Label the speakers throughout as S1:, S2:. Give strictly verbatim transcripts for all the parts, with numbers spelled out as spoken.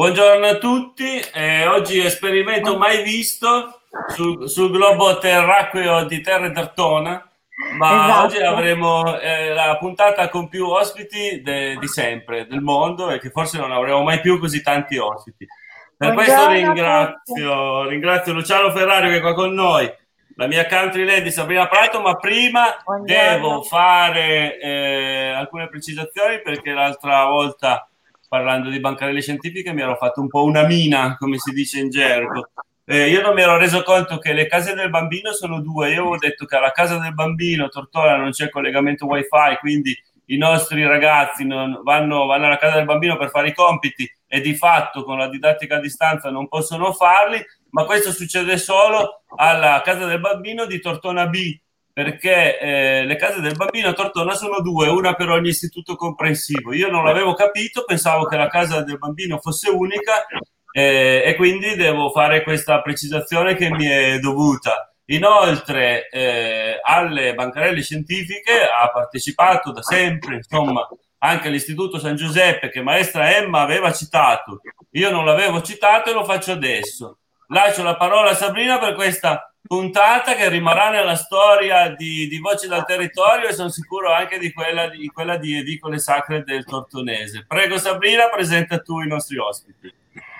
S1: Buongiorno a tutti, eh, oggi esperimento mai visto sul, sul globo terracqueo di Terra d'Artona, ma
S2: Esatto.
S1: oggi avremo eh, la puntata con più ospiti de- di sempre, del mondo, e che forse non avremo mai più così tanti ospiti. Per questo
S2: Buongiorno a tutti.
S1: ringrazio, ringrazio Luciano Ferrario che è qua con noi, la mia country lady Sabrina Prato, ma prima devo
S2: Buongiorno.
S1: fare eh, alcune precisazioni perché l'altra volta, parlando di bancarelle scientifiche, mi ero fatto un po' una mina, come si dice in gergo. Eh, io non mi ero reso conto che le case del bambino sono due. Io avevo detto che alla casa del bambino Tortora non c'è collegamento wifi, quindi i nostri ragazzi non, vanno, vanno alla casa del bambino per fare i compiti e di fatto con la didattica a distanza non possono farli, ma questo succede solo alla casa del bambino di Tortona B, perché eh, le case del bambino a Tortona sono due, una per ogni istituto comprensivo. Io non l'avevo capito, pensavo che la casa del bambino fosse unica eh, e quindi devo fare questa precisazione che mi è dovuta. Inoltre eh, alle bancarelle scientifiche ha partecipato da sempre, insomma, anche l'Istituto San Giuseppe che maestra Emma aveva citato. Io non l'avevo citato e lo faccio adesso. Lascio la parola a Sabrina per questa puntata che rimarrà nella storia di, di Voci dal Territorio e sono sicuro anche di quella di, quella di Edicole Sacre del Tortonese. Prego Sabrina, presenta tu i nostri ospiti.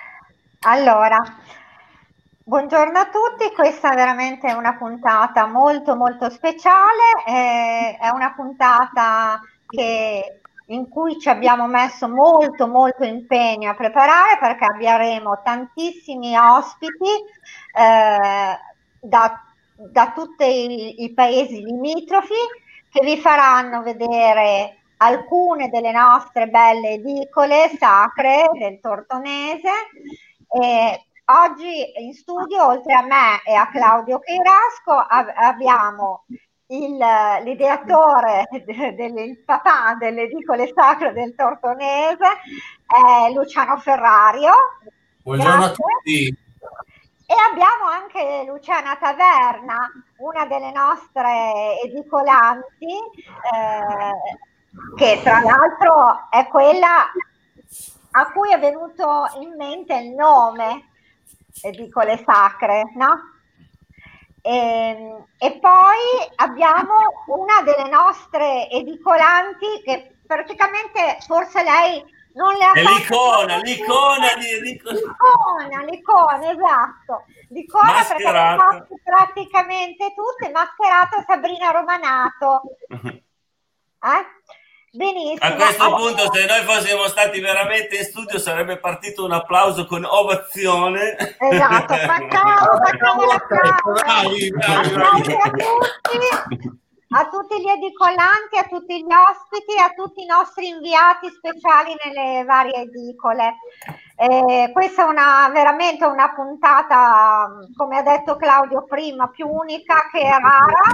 S2: Allora, buongiorno a tutti, questa è veramente una puntata molto molto speciale, eh, è una puntata che, in cui ci abbiamo messo molto molto impegno a preparare perché avremo tantissimi ospiti eh, da, da tutti i, i paesi limitrofi che vi faranno vedere alcune delle nostre belle edicole sacre del Tortonese. E oggi in studio, oltre a me e a Claudio Cheirasco, av- abbiamo il, l'ideatore, de- del il papà delle edicole sacre del Tortonese, eh, Luciano Ferrario.
S3: Buongiorno a
S2: Grazie.
S3: tutti.
S2: E abbiamo anche Luciana Taverna, una delle nostre edicolanti, eh, che tra l'altro è quella a cui è venuto in mente il nome Edicole Sacre, no? E, e poi abbiamo una delle nostre edicolanti che praticamente forse lei non le ha
S1: È
S2: fatte
S1: l'icona,
S2: tutte.
S1: l'icona di Edicole.
S2: L'icona, l'icona, esatto. L'icona perché le ha
S1: Mascherata.
S2: fatte praticamente tutte, mascherata Sabrina Romanato. Eh? Benissimo.
S1: A questo
S2: Allora,
S1: punto, se noi fossimo stati veramente in studio, sarebbe partito un applauso con ovazione.
S2: esatto, facciamo, facciamo l'applauso.
S3: Bravi, bravi,
S2: Applausi
S3: bravi.
S2: a tutti, a tutti gli edicolanti, a tutti gli ospiti, a tutti i nostri inviati speciali nelle varie edicole. Eh, questa è una, veramente una puntata, come ha detto Claudio prima, più unica che rara.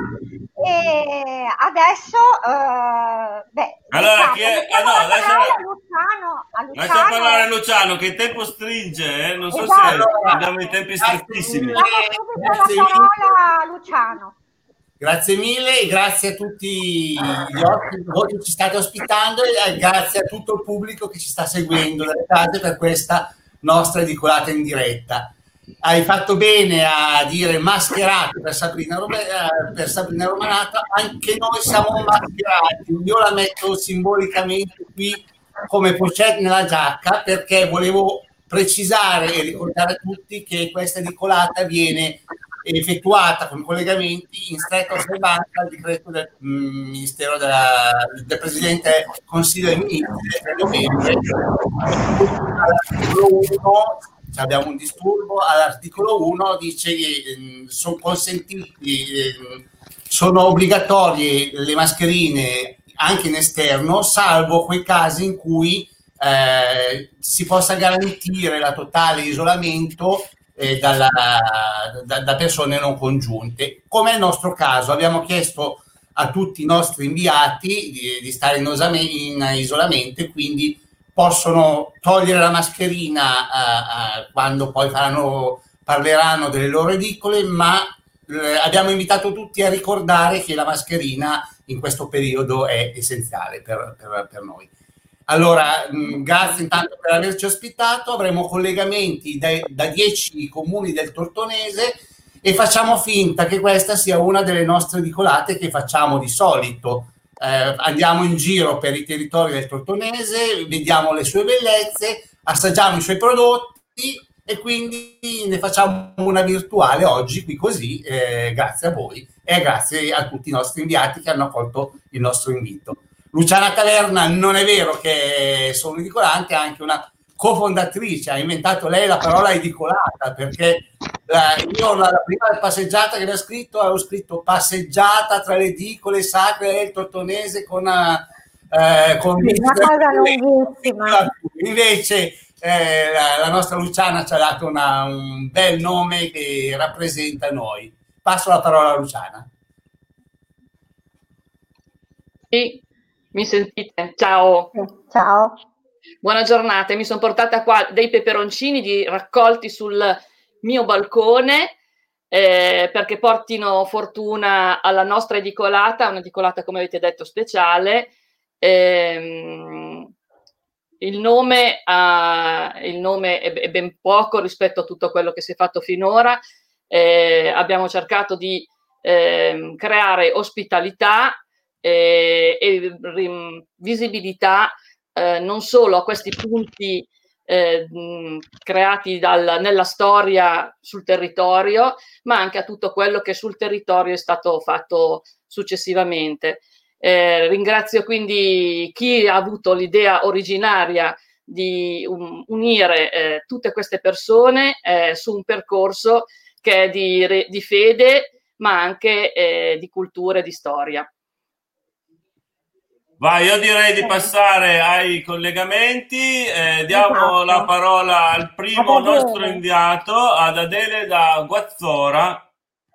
S2: E adesso, eh, beh,
S1: Allora,
S2: diciamo,
S1: chi è?
S2: diamo
S1: Ah, no,
S2: la
S1: lascia,
S2: parola a Luciano. A
S1: lascia
S2: Luciano.
S1: parlare Luciano, che il tempo stringe, eh? Non so
S2: Esatto.
S1: se abbiamo i tempi
S3: Grazie
S1: strettissimi.
S3: mille.
S2: Diamo subito la
S3: Grazie mille.
S2: parola a Luciano.
S3: Grazie mille e grazie a tutti gli ospiti voi che ci state ospitando e grazie a tutto il pubblico che ci sta seguendo dalle case per questa nostra edicolata in diretta. Hai fatto bene a dire mascherato per Sabrina, Rome- eh, per Sabrina Romanato, anche noi siamo mascherati. Io la metto simbolicamente qui come pochette nella giacca perché volevo precisare e ricordare a tutti che questa edicolata viene effettuata con collegamenti in stretta osservanza al decreto del mh, Ministero della, del Presidente del Consiglio dei Ministri del tre novembre. All'articolo uno abbiamo un disturbo, all'articolo uno dice che eh, sono consentiti, eh, sono obbligatorie le mascherine anche in esterno, salvo quei casi in cui eh, si possa garantire la totale isolamento eh, dalla, da, da persone non congiunte. Come è il nostro caso, abbiamo chiesto a tutti i nostri inviati di, di stare in, osame, in isolamento e quindi possono togliere la mascherina uh, uh, quando poi faranno, parleranno delle loro edicole, ma eh, abbiamo invitato tutti a ricordare che la mascherina in questo periodo è essenziale per, per, per noi. Allora, mh, grazie intanto per averci ospitato, avremo collegamenti dai, da dieci comuni del Tortonese e facciamo finta che questa sia una delle nostre edicolate che facciamo di solito. Eh, andiamo in giro per i territori del Tortonese, vediamo le sue bellezze, assaggiamo i suoi prodotti e quindi ne facciamo una virtuale oggi qui così, eh, grazie a voi e grazie a tutti i nostri inviati che hanno accolto il nostro invito. Luciana Taverna non è vero che sono edicolante, è anche una cofondatrice, ha inventato lei la parola edicolata, perché la, io la, la prima passeggiata che le ho scritto avevo scritto passeggiata tra le edicole sacre del Tortonese con, eh, con
S2: una cosa lunghissima.
S3: Invece eh, la, la nostra Luciana ci ha dato una, un bel nome che rappresenta noi. Passo la parola a Luciana.
S4: Sì. Mi sentite? Ciao.
S2: Ciao.
S4: Buona giornata. Mi sono portata qua dei peperoncini di, raccolti sul mio balcone eh, perché portino fortuna alla nostra edicolata, un'edicolata come avete detto speciale. Eh, il nome, uh, il nome è, è ben poco rispetto a tutto quello che si è fatto finora. Eh, abbiamo cercato di eh, creare ospitalità e, e rim, visibilità eh, non solo a questi punti eh, mh, creati dal, nella storia sul territorio, ma anche a tutto quello che sul territorio è stato fatto successivamente. Eh, ringrazio quindi chi ha avuto l'idea originaria di um, unire eh, tutte queste persone eh, su un percorso che è di, di fede, ma anche eh, di cultura e di storia.
S1: Vai, io direi di passare ai collegamenti, eh, diamo
S2: Esatto.
S1: la parola al primo
S2: Ad Adele.
S1: nostro inviato, ad Adele da Guazzora.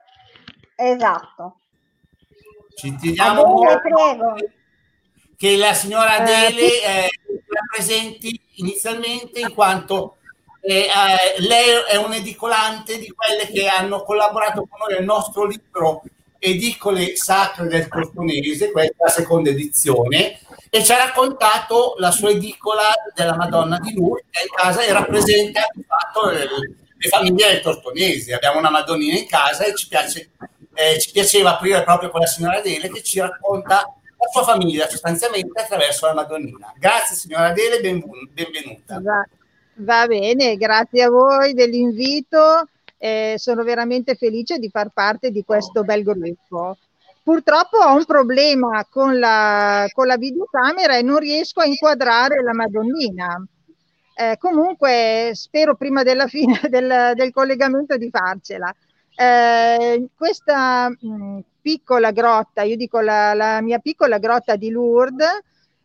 S2: Esatto.
S3: Ci teniamo
S2: Adele, prego.
S3: che la signora Adele
S2: Eh,
S3: eh, rappresenti inizialmente in quanto eh, eh, lei è un edicolante di quelle che hanno collaborato con noi nel nostro libro Edicole Sacre del Tortonese, questa è la seconda edizione, e ci ha raccontato la sua edicola della Madonna di Lourdes, che è in casa e rappresenta di fatto le, le famiglie del Tortonese. Abbiamo una Madonnina in casa e ci, piace, eh, ci piaceva aprire proprio con la signora Adele che ci racconta la sua famiglia sostanzialmente attraverso la Madonnina. Grazie signora Adele, benvenuta.
S5: Va, va bene, grazie a voi dell'invito. Eh, sono veramente felice di far parte di questo bel gruppo. Purtroppo ho un problema con la, con la videocamera e non riesco a inquadrare la Madonnina. Eh, comunque spero prima della fine del, del collegamento di farcela. Eh, questa mh, piccola grotta, io dico la, la mia piccola grotta di Lourdes,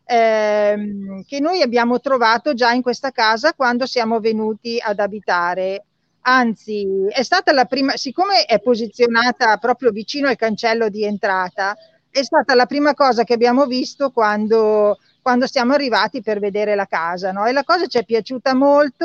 S5: ehm, che noi abbiamo trovato già in questa casa quando siamo venuti ad abitare. Anzi, è stata la prima, siccome è posizionata proprio vicino al cancello di entrata, è stata la prima cosa che abbiamo visto quando, quando siamo arrivati per vedere la casa, no? E la cosa ci è piaciuta molto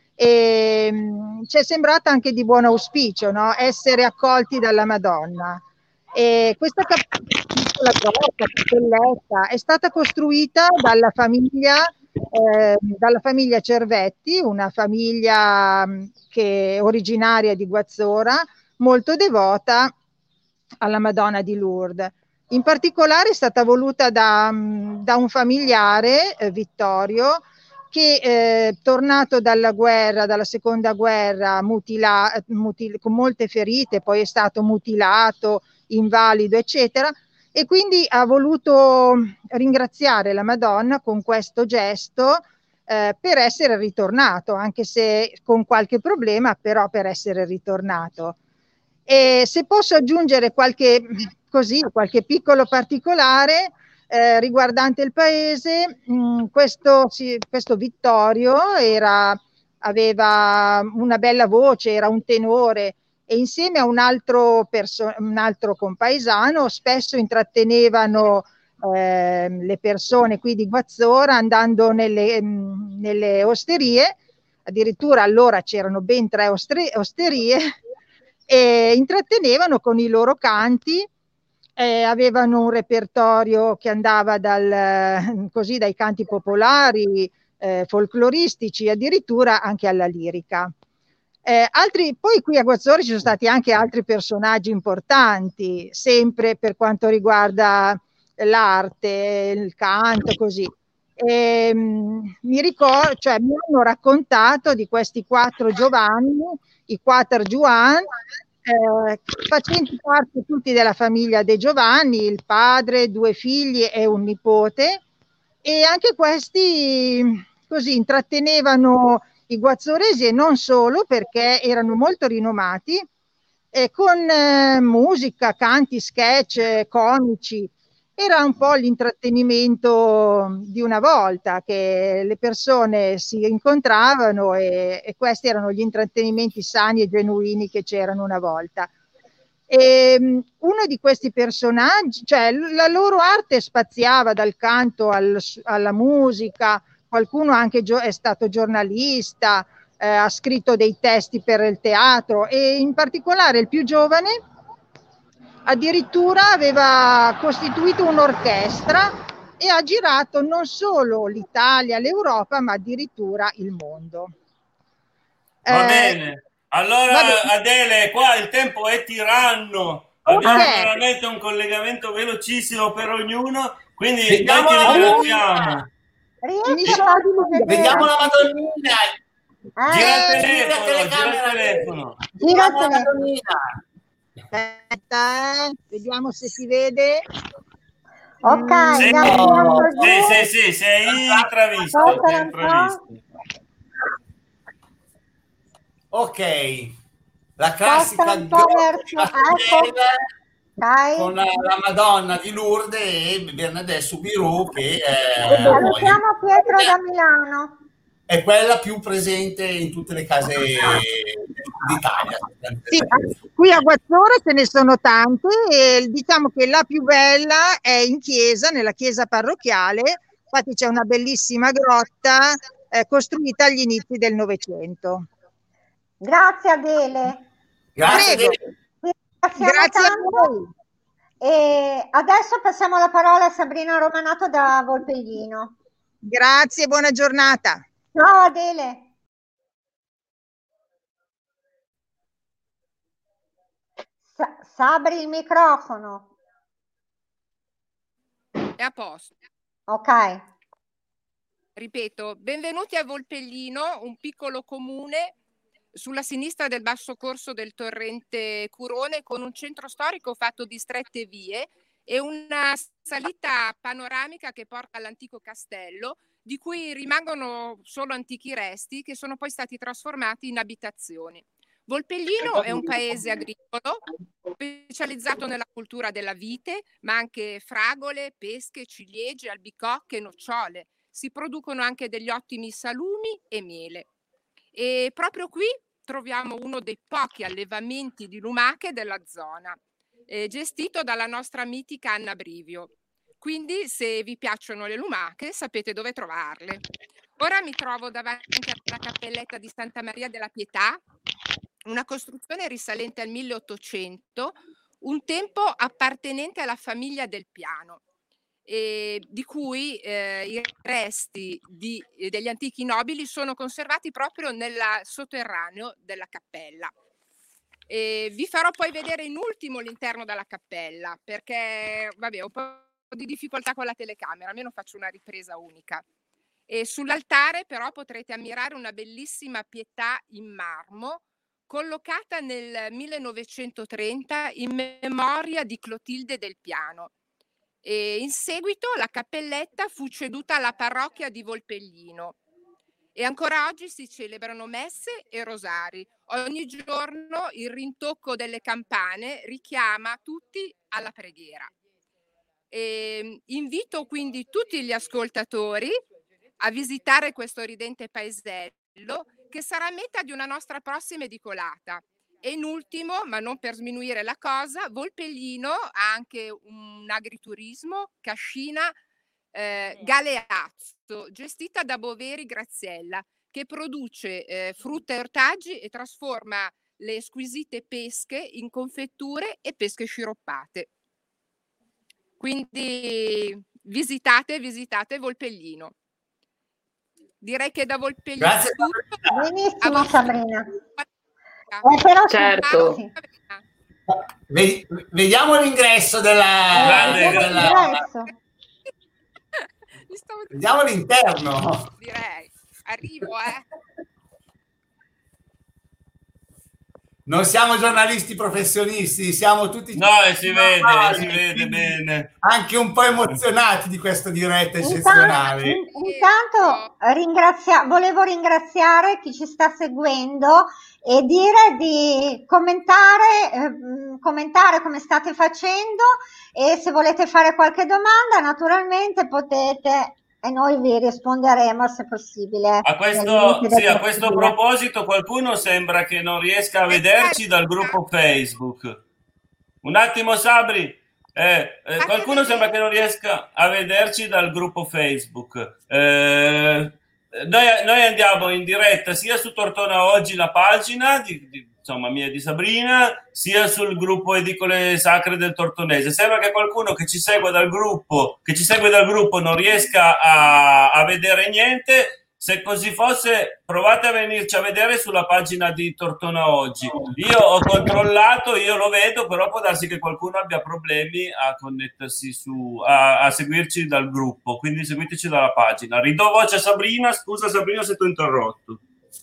S5: e mh, ci è sembrata anche di buon auspicio, no? Essere accolti dalla Madonna. E questa piccola grotta, cappelletta, è stata costruita dalla famiglia Eh, dalla famiglia Cervetti, una famiglia che è originaria di Guazzora, molto devota alla Madonna di Lourdes. In particolare è stata voluta da, da un familiare, eh, Vittorio, che eh, tornato dalla guerra, dalla seconda guerra, mutila, mutil, con molte ferite, poi è stato mutilato, invalido, eccetera, e quindi ha voluto ringraziare la Madonna con questo gesto eh, per essere ritornato, anche se con qualche problema, però per essere ritornato. E se posso aggiungere qualche, così, qualche piccolo particolare eh, riguardante il paese, mh, questo, sì, questo Vittorio era, aveva una bella voce, era un tenore, e insieme a un altro, perso- un altro compaesano spesso intrattenevano eh, le persone qui di Guazzora andando nelle, mh, nelle osterie, addirittura allora c'erano ben tre ostre- osterie, e intrattenevano con i loro canti eh, avevano un repertorio che andava dal, così, dai canti popolari, eh, folcloristici, addirittura anche alla lirica. Eh, altri, poi qui a Guazzori ci sono stati anche altri personaggi importanti, sempre per quanto riguarda l'arte, il canto, così. E, mi ricordo, cioè mi hanno raccontato di questi quattro Giovanni, i quattro Juan, eh, facenti parte tutti della famiglia dei Giovanni, il padre, due figli e un nipote, e anche questi così intrattenevano i guazzoresi e non solo, perché erano molto rinomati, eh, con eh, musica, canti, sketch, eh, comici. Era un po' l'intrattenimento di una volta, che le persone si incontravano e, e questi erano gli intrattenimenti sani e genuini che c'erano una volta. E, um, uno di questi personaggi, cioè la loro arte spaziava dal canto al, alla musica, qualcuno anche è stato giornalista, eh, ha scritto dei testi per il teatro, e in particolare il più giovane addirittura aveva costituito un'orchestra e ha girato non solo l'Italia, l'Europa, ma addirittura il mondo.
S1: Va
S5: eh,
S1: bene, allora
S5: va bene.
S1: Adele, qua il tempo è tiranno, abbiamo
S5: Okay.
S1: veramente un collegamento velocissimo per ognuno, quindi
S3: Vediamo
S1: noi ti
S3: la
S1: ringraziamo.
S2: Riesci a farmi vedere?
S3: Vediamo la Madonnina.
S2: Eh,
S1: Gira il
S3: gira
S1: telefono, gira il
S3: telecamera.
S1: telefono.
S2: gira il
S3: La
S2: telefono.
S3: Madonnina.
S5: Aspetta, eh. Vediamo se si vede.
S2: Ok,
S5: Mm,
S1: Sì,
S2: andiamo
S1: sì,
S2: giù.
S1: sì, sì, sei intravisto,
S2: Aspetta
S1: sei
S2: un po'.
S1: intravisto.
S3: Ok, la
S2: Sposta
S3: classica
S2: un po' verso,
S3: grotta
S2: ecco. Dai.
S3: con la, la Madonna di Lourdes e Bernadette Soubirous, che eh,
S2: Salutiamo Pietro da Milano.
S3: è quella più presente in tutte le case d'Italia.
S5: Sì, qui a Guazzora ce ne sono tante e diciamo che la più bella è in chiesa, nella chiesa parrocchiale. Infatti c'è una bellissima grotta eh, costruita agli inizi del Novecento.
S2: Grazie Adele.
S3: Grazie.
S5: Prego.
S2: Ti ringraziamo
S5: Grazie a
S2: tanto.
S5: voi.
S2: E adesso passiamo la parola a Sabrina Romanato da Volpeglino.
S5: Grazie, buona giornata.
S2: Ciao Adele. Sa- Sabri il microfono.
S6: È a posto.
S2: Ok.
S6: Ripeto, benvenuti a Volpeglino, un piccolo comune sulla sinistra del basso corso del torrente Curone, con un centro storico fatto di strette vie e una salita panoramica che porta all'antico castello, di cui rimangono solo antichi resti che sono poi stati trasformati in abitazioni. Volpeglino è un paese agricolo specializzato nella cultura della vite, ma anche fragole, pesche, ciliegie, albicocche, nocciole. Si producono anche degli ottimi salumi e miele. E proprio qui troviamo uno dei pochi allevamenti di lumache della zona, eh, gestito dalla nostra mitica Anna Brivio. Quindi, se vi piacciono le lumache, sapete dove trovarle. Ora mi trovo davanti alla cappelletta di Santa Maria della Pietà, una costruzione risalente al milleottocento, un tempo appartenente alla famiglia del Piano, e di cui eh, i resti di, degli antichi nobili sono conservati proprio nel sotterraneo della cappella. E vi farò poi vedere in ultimo l'interno della cappella, perché vabbè, ho un po' di difficoltà con la telecamera, almeno faccio una ripresa unica. E sull'altare però potrete ammirare una bellissima pietà in marmo collocata nel millenovecentotrenta in memoria di Clotilde del Piano. E in seguito la cappelletta fu ceduta alla parrocchia di Volpeglino e ancora oggi si celebrano messe e rosari. Ogni giorno il rintocco delle campane richiama tutti alla preghiera. E invito quindi tutti gli ascoltatori a visitare questo ridente paesello, che sarà meta di una nostra prossima edicolata. E in ultimo, ma non per sminuire la cosa, Volpeglino ha anche un agriturismo, cascina eh, Galeazzo, gestita da Boveri Graziella, che produce eh, frutta e ortaggi e trasforma le squisite pesche in confetture e pesche sciroppate. Quindi visitate, visitate Volpellino. Direi che da Volpellino
S3: Grazie.
S6: tutto.
S2: Benissimo, Sabrina.
S6: Eh,
S2: però
S4: certo.
S2: sì.
S3: Vediamo l'ingresso della...
S1: Grande,
S3: della...
S2: L'ingresso.
S3: Vediamo l'interno.
S6: Direi. Arrivo, eh.
S3: Non siamo giornalisti professionisti, siamo tutti...
S1: No, e si vede,
S3: normali,
S1: si vede bene.
S3: Anche un po' emozionati di questa diretta
S2: Intanto,
S3: eccezionale.
S2: in- intanto ringrazia- volevo ringraziare chi ci sta seguendo e dire di commentare, ehm, commentare come state facendo, e se volete fare qualche domanda naturalmente potete e noi vi risponderemo se possibile.
S1: A
S2: nel
S1: questo,
S2: limite
S1: sì,
S2: del
S1: a questo
S2: possibile.
S1: proposito qualcuno sembra che non riesca a vederci dal gruppo Facebook. Un attimo, Sabri. Eh, eh, qualcuno sembra che non riesca a vederci dal gruppo Facebook. Eh, noi, noi andiamo in diretta sia su Tortona Oggi, la pagina di, di, insomma mia e di Sabrina, sia sul gruppo Edicole Sacre del Tortonese. Sembra che qualcuno che ci segue dal gruppo, che ci segue dal gruppo non riesca a, a vedere niente. Se così fosse, provate a venirci a vedere sulla pagina di Tortona Oggi. Io ho controllato, io lo vedo, però può darsi che qualcuno abbia problemi a connettersi su, a, a seguirci dal gruppo, quindi seguiteci dalla pagina. Ridò voce a Sabrina, scusa Sabrina se ti ho interrotto.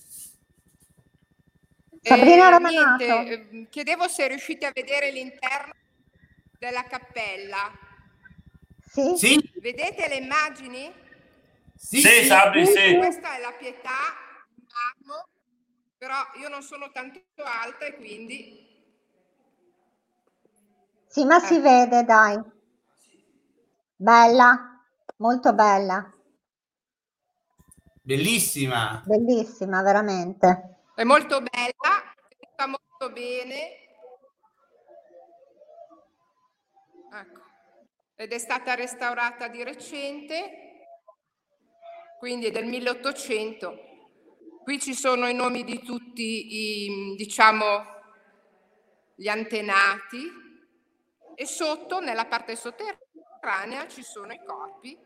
S2: Sabrina
S6: Eh,
S2: Romanato.
S6: niente, eh, chiedevo se riuscite a vedere l'interno della cappella.
S2: Sì?
S3: Sì,
S6: Vedete le immagini?
S3: sì,
S1: Sì,
S3: sì.
S1: Sabri, sì.
S6: Questa è la Pietà in marmo, però io non sono tanto alta e quindi
S2: Sì, ma si
S6: Eh.
S2: vede, dai. Bella, molto bella,
S3: Bellissima.
S2: bellissima, veramente.
S6: è molto bella, sta molto bene. Ecco. Ed è stata restaurata di recente, quindi è del milleottocento. Qui ci sono i nomi di tutti i, diciamo, gli antenati, e sotto, nella parte sotterranea, ci sono i corpi.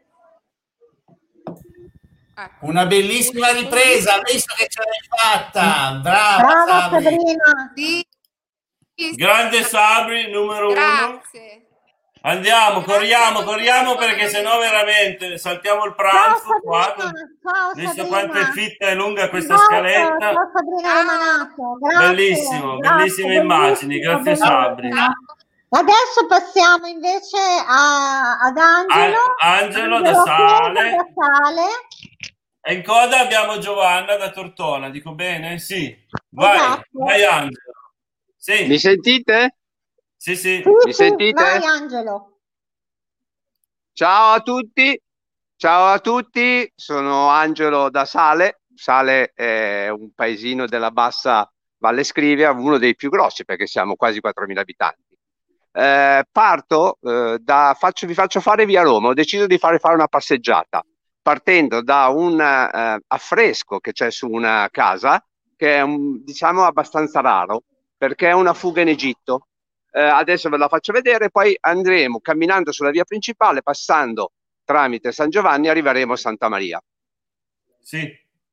S6: Ecco.
S3: Una bellissima ripresa, visto che ce l'hai fatta. Brava,
S2: Brava
S3: Sabri.
S2: Sabrina.
S6: Sì, sì,
S1: Grande Sabri, numero uno.
S6: grazie.
S1: Andiamo,
S6: Grazie
S1: corriamo,
S6: a tutti,
S1: corriamo
S6: buona
S1: perché
S6: giornata.
S1: sennò veramente saltiamo il
S2: Ciao
S1: pranzo qua.
S2: Sabrina, ciao
S1: Visto
S2: Sabrina.
S1: quanto è fitta e lunga questa
S2: Un bacio,
S1: scaletta.
S2: ciao Sabrina
S6: Ciao.
S2: Romanato. Grazie,
S1: Bellissimo,
S2: grazie,
S1: bellissime immagini,
S2: bellissimo,
S1: grazie Sabri.
S2: bellissimo. Adesso passiamo invece a- ad Angelo.
S1: A- Angelo da Sale.
S2: Pietro da Sale.
S1: E in coda abbiamo Giovanna da Tortona, dico bene? Sì. Vai,
S2: Esatto.
S1: vai Angelo. Sì,
S7: Mi sentite?
S1: sì, sì.
S2: Sì,
S7: Mi
S2: sì,
S7: sentite?
S2: vai Angelo.
S7: Ciao a tutti, ciao a tutti, sono Angelo da Sale. Sale è un paesino della bassa Valle Scrivia, uno dei più grossi perché siamo quasi quattromila abitanti. Eh, parto eh, da, faccio, vi faccio fare via Roma, ho deciso di fare, fare una passeggiata, partendo da un eh, affresco che c'è su una casa, che è un, diciamo abbastanza raro, perché è una fuga in Egitto. Eh, adesso ve la faccio vedere, poi andremo camminando sulla via principale, passando tramite San Giovanni, arriveremo a Santa Maria.
S1: Sì.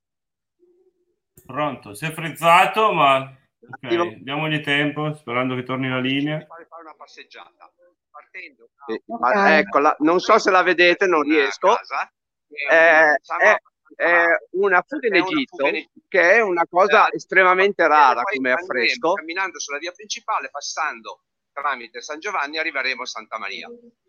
S1: Pronto, si è frizzato, ma ok, diamogli tempo, sperando che torni la linea.
S7: Fare una passeggiata, partendo da...
S2: Ok.
S7: Ma, eccola, non so se la vedete, non riesco. Eh, è, è una fuga in Egitto, che è una cosa estremamente rara come affresco. Camminando sulla via principale, passando tramite San Giovanni, arriveremo a Santa Maria.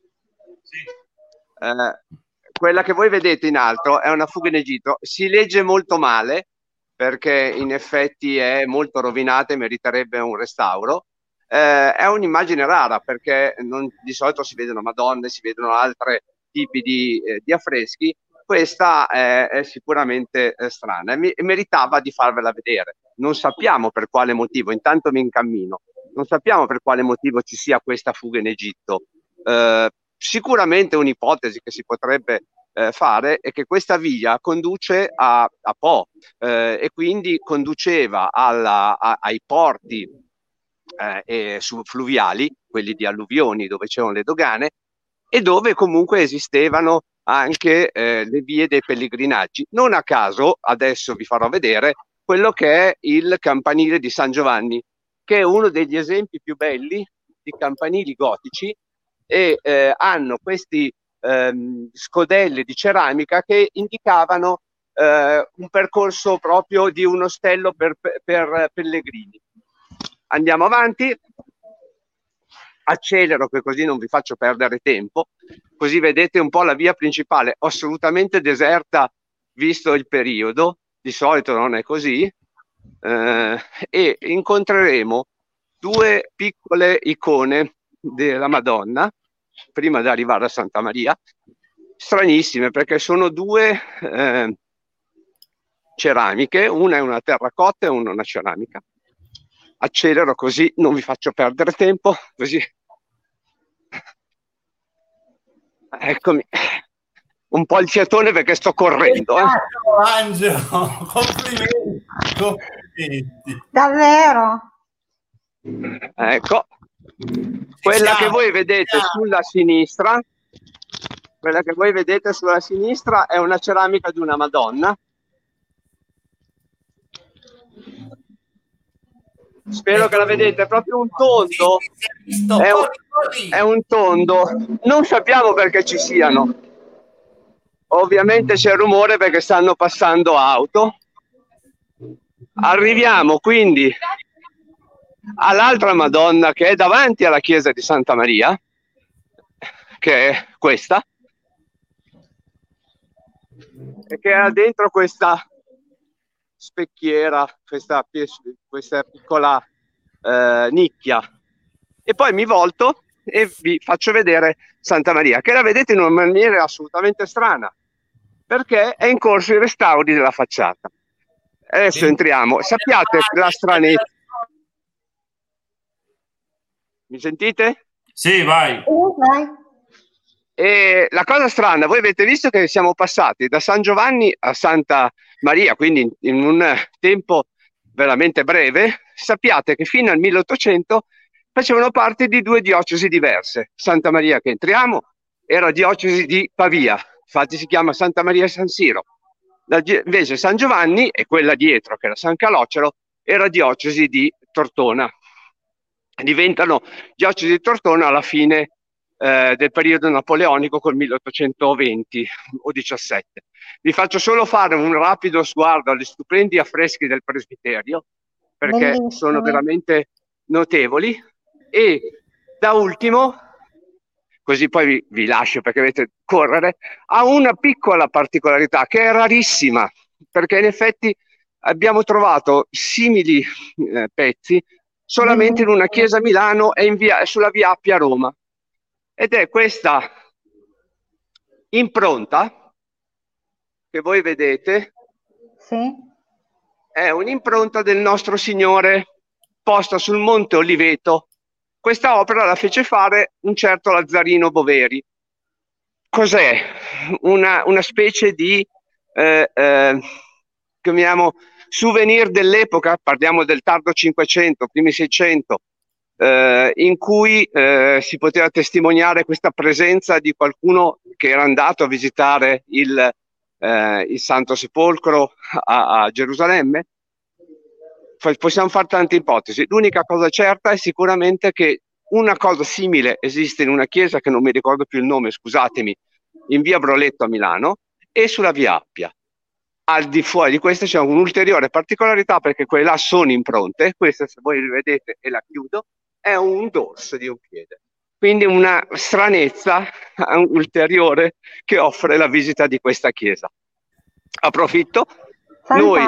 S7: Eh, quella che voi vedete in alto è una fuga in Egitto. Si legge molto male perché in effetti è molto rovinata e meriterebbe un restauro. Eh, è un'immagine rara perché non, di solito si vedono Madonne, si vedono altri tipi di, eh, di affreschi. Questa è, è sicuramente eh, strana e mi, meritava di farvela vedere. Non sappiamo per quale motivo, intanto mi incammino, non sappiamo per quale motivo ci sia questa fuga in Egitto. Eh, sicuramente un'ipotesi che si potrebbe eh, fare è che questa via conduce a, a Po eh, e quindi conduceva alla, a, ai porti eh, e su, fluviali, quelli di alluvioni dove c'erano le dogane, e dove comunque esistevano anche eh, le vie dei pellegrinaggi. Non a caso, adesso vi farò vedere quello che è il campanile di San Giovanni, che è uno degli esempi più belli di campanili gotici, e eh, hanno questi ehm, scodelli di ceramica che indicavano eh, un percorso proprio di un ostello per, per pellegrini. Andiamo avanti, accelero che così non vi faccio perdere tempo, così vedete un po' la via principale, assolutamente deserta visto il periodo, di solito non è così, eh, e incontreremo due piccole icone della Madonna prima di arrivare a Santa Maria, stranissime perché sono due eh, ceramiche, una è una terracotta e una una ceramica. Accelero così non vi faccio perdere tempo, così eccomi, un po' il fiatone perché sto correndo. Eh.
S3: Angelo, complimenti, complimenti.
S2: Davvero?
S7: Ecco, quella che voi vedete sulla sinistra, quella che voi vedete sulla sinistra è una ceramica di una Madonna. Spero che la vedete, è proprio un tondo, è un, è un tondo, non sappiamo perché ci siano, ovviamente c'è rumore perché stanno passando auto. Arriviamo quindi all'altra Madonna che è davanti alla chiesa di Santa Maria, che è questa, e che ha dentro questa specchiera, questa, questa piccola eh, nicchia, e poi mi volto e vi faccio vedere Santa Maria, che la vedete in una maniera assolutamente strana perché è in corso i restauri della facciata. Adesso entriamo, sappiate la stranezza. Mi sentite?
S1: Sì, vai.
S2: Uh, vai.
S7: E la cosa strana, voi avete visto che siamo passati da San Giovanni a Santa Maria, quindi in un tempo veramente breve. Sappiate che fino al milleottocento facevano parte di due diocesi diverse. Santa Maria che entriamo era diocesi di Pavia, infatti si chiama Santa Maria San Siro. Invece San Giovanni, e quella dietro che era San Calocero, era diocesi di Tortona. Diventano diocesi di Tortona alla fine Eh, del periodo napoleonico col milleottocentoventi o diciassette. Vi faccio solo fare un rapido sguardo agli stupendi affreschi del presbiterio perché
S2: Bellissimo.
S7: Sono veramente notevoli, e da ultimo, così poi vi, vi lascio perché dovete correre, ha una piccola particolarità che è rarissima perché in effetti abbiamo trovato simili eh, pezzi solamente in una chiesa a Milano e in via, sulla via Appia a Roma. Ed è questa impronta che voi vedete,
S2: Sì.
S7: è un'impronta del Nostro Signore posta sul Monte Oliveto. Questa opera la fece fare un certo Lazzarino Boveri. Cos'è? Una, una specie di eh, eh, chiamiamo souvenir dell'epoca, parliamo del tardo Cinquecento, primi Seicento, Eh, in cui eh, si poteva testimoniare questa presenza di qualcuno che era andato a visitare il, eh, il Santo Sepolcro a, a Gerusalemme. F- possiamo fare tante ipotesi. L'unica cosa certa è sicuramente che una cosa simile esiste in una chiesa che non mi ricordo più il nome, scusatemi, in via Broletto a Milano e sulla via Appia. Al di fuori di questo c'è un'ulteriore particolarità perché quelle là sono impronte. Questa, se voi rivedete, e la chiudo, è un dorso di un piede, quindi una stranezza ulteriore che offre la visita di questa chiesa. Approfitto, noi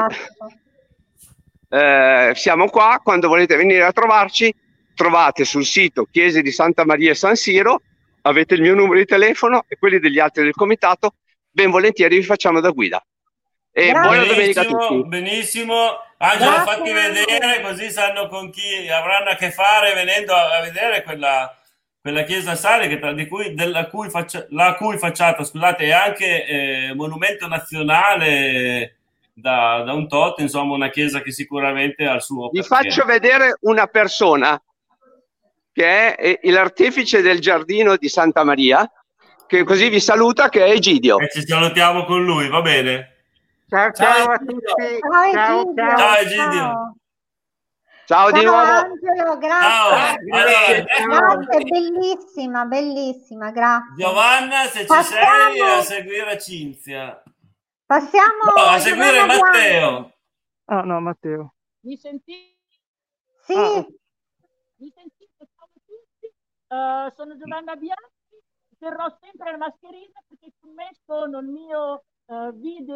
S7: eh, siamo qua, quando volete venire a trovarci trovate sul sito Chiese di Santa Maria e San Siro, avete il mio numero di telefono e quelli degli altri del comitato, ben volentieri vi facciamo da guida. E buona domenica a tutti.
S1: Benissimo, Angelo,
S2: Grazie.
S1: fatti vedere così sanno con chi avranno a che fare venendo a, a vedere quella, quella chiesa sale che tra, di cui, della cui faccia, la cui facciata scusate, è anche eh, monumento nazionale da, da un tot, insomma una chiesa che sicuramente ha il suo
S7: Vi
S1: perché.
S7: faccio vedere una persona che è l'artefice del giardino di Santa Maria, che così vi saluta, che è Egidio.
S1: E ci salutiamo con lui, va bene?
S8: Ciao ciao a tutti.
S2: Ciao
S8: Ciao,
S2: Egidio.
S8: ciao.
S1: Ciao Egidio.
S2: Ciao.
S7: Ciao di
S2: Ciao
S7: nuovo.
S2: Angelo, grazie.
S1: Ciao.
S8: Grazie, ciao.
S2: Grazie, bellissima, bellissima, grazie.
S1: Giovanna, se ci
S2: Passiamo-
S1: sei, a seguire Cinzia.
S2: Passiamo
S1: No, a seguire
S2: Giovanna Bianchi.
S1: Matteo.
S8: Ah no, Matteo.
S9: Mi sentite?
S2: Sì,
S8: Ah.
S9: Mi sentite? Ciao a tutti. Eh, sono Giovanna Bianchi, terrò sempre la mascherina perché ho messo il mio eh,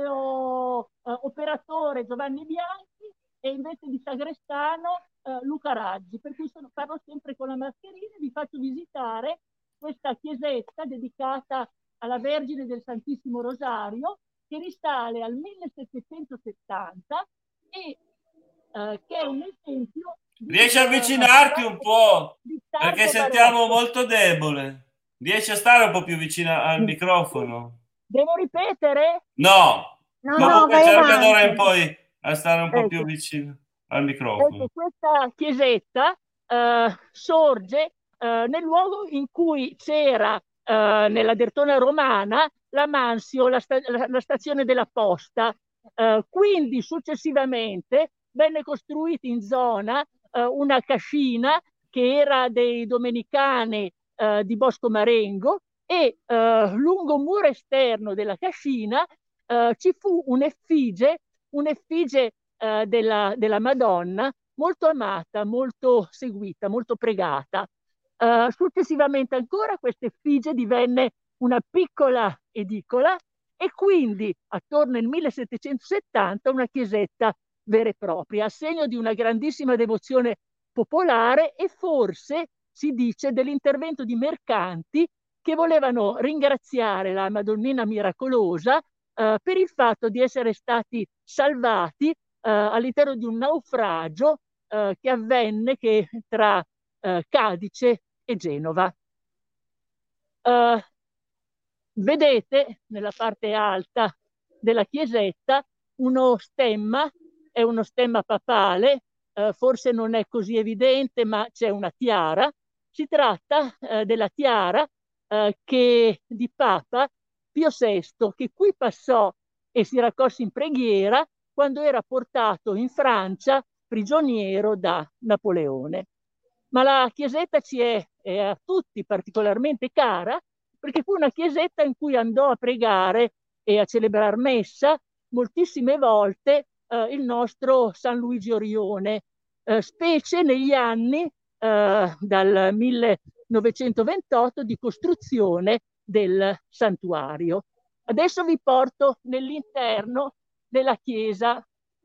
S9: video eh, operatore Giovanni Bianchi e invece di Sagrestano eh, Luca Raggi, per cui sono, parlo sempre con la mascherina e vi faccio visitare questa chiesetta dedicata alla Vergine del Santissimo Rosario che risale al millesettecentosettanta e eh, che è un esempio di,
S1: Riesci a
S9: eh,
S1: avvicinarti un po'?
S9: di
S1: Perché
S9: tardo
S1: sentiamo
S9: barocco.
S1: molto debole. Riesci a stare un po' più vicino al microfono?
S9: Devo ripetere?
S1: No.
S2: no, no,
S1: Comunque
S2: vai
S1: cerca d'ora in
S2: avanti.
S1: poi a stare un po'
S9: Ecco.
S1: più vicino al microfono.
S9: Ecco, questa chiesetta eh, sorge eh, nel luogo in cui c'era eh, nella Dertona romana la Mansio, la, sta- la- la stazione della posta. Eh, quindi successivamente venne costruita in zona eh, una cascina che era dei domenicani eh, di Bosco Marengo e eh, lungo un muro esterno della cascina eh, ci fu un'effigie, un'effigie eh, della, della Madonna molto amata, molto seguita, molto pregata. Eh, successivamente ancora questa effigie divenne una piccola edicola e quindi attorno al millesettecentosettanta una chiesetta vera e propria, a segno di una grandissima devozione popolare e forse si dice dell'intervento di mercanti che volevano ringraziare la Madonnina Miracolosa eh, per il fatto di essere stati salvati eh, all'interno di un naufragio eh, che avvenne che, tra eh, Cadice e Genova. Uh, vedete nella parte alta della chiesetta uno stemma, è uno stemma papale, uh, forse non è così evidente, ma c'è una tiara. Si tratta uh, della tiara uh, che, di Papa Pio sesto, che qui passò e si raccolse in preghiera quando era portato in Francia prigioniero da Napoleone. Ma la chiesetta ci è, è a tutti particolarmente cara perché fu una chiesetta in cui andò a pregare e a celebrare messa moltissime volte eh, il nostro San Luigi Orione, eh, specie negli anni eh, dal millenovecentoventotto di costruzione del santuario. Adesso vi porto nell'interno della chiesa.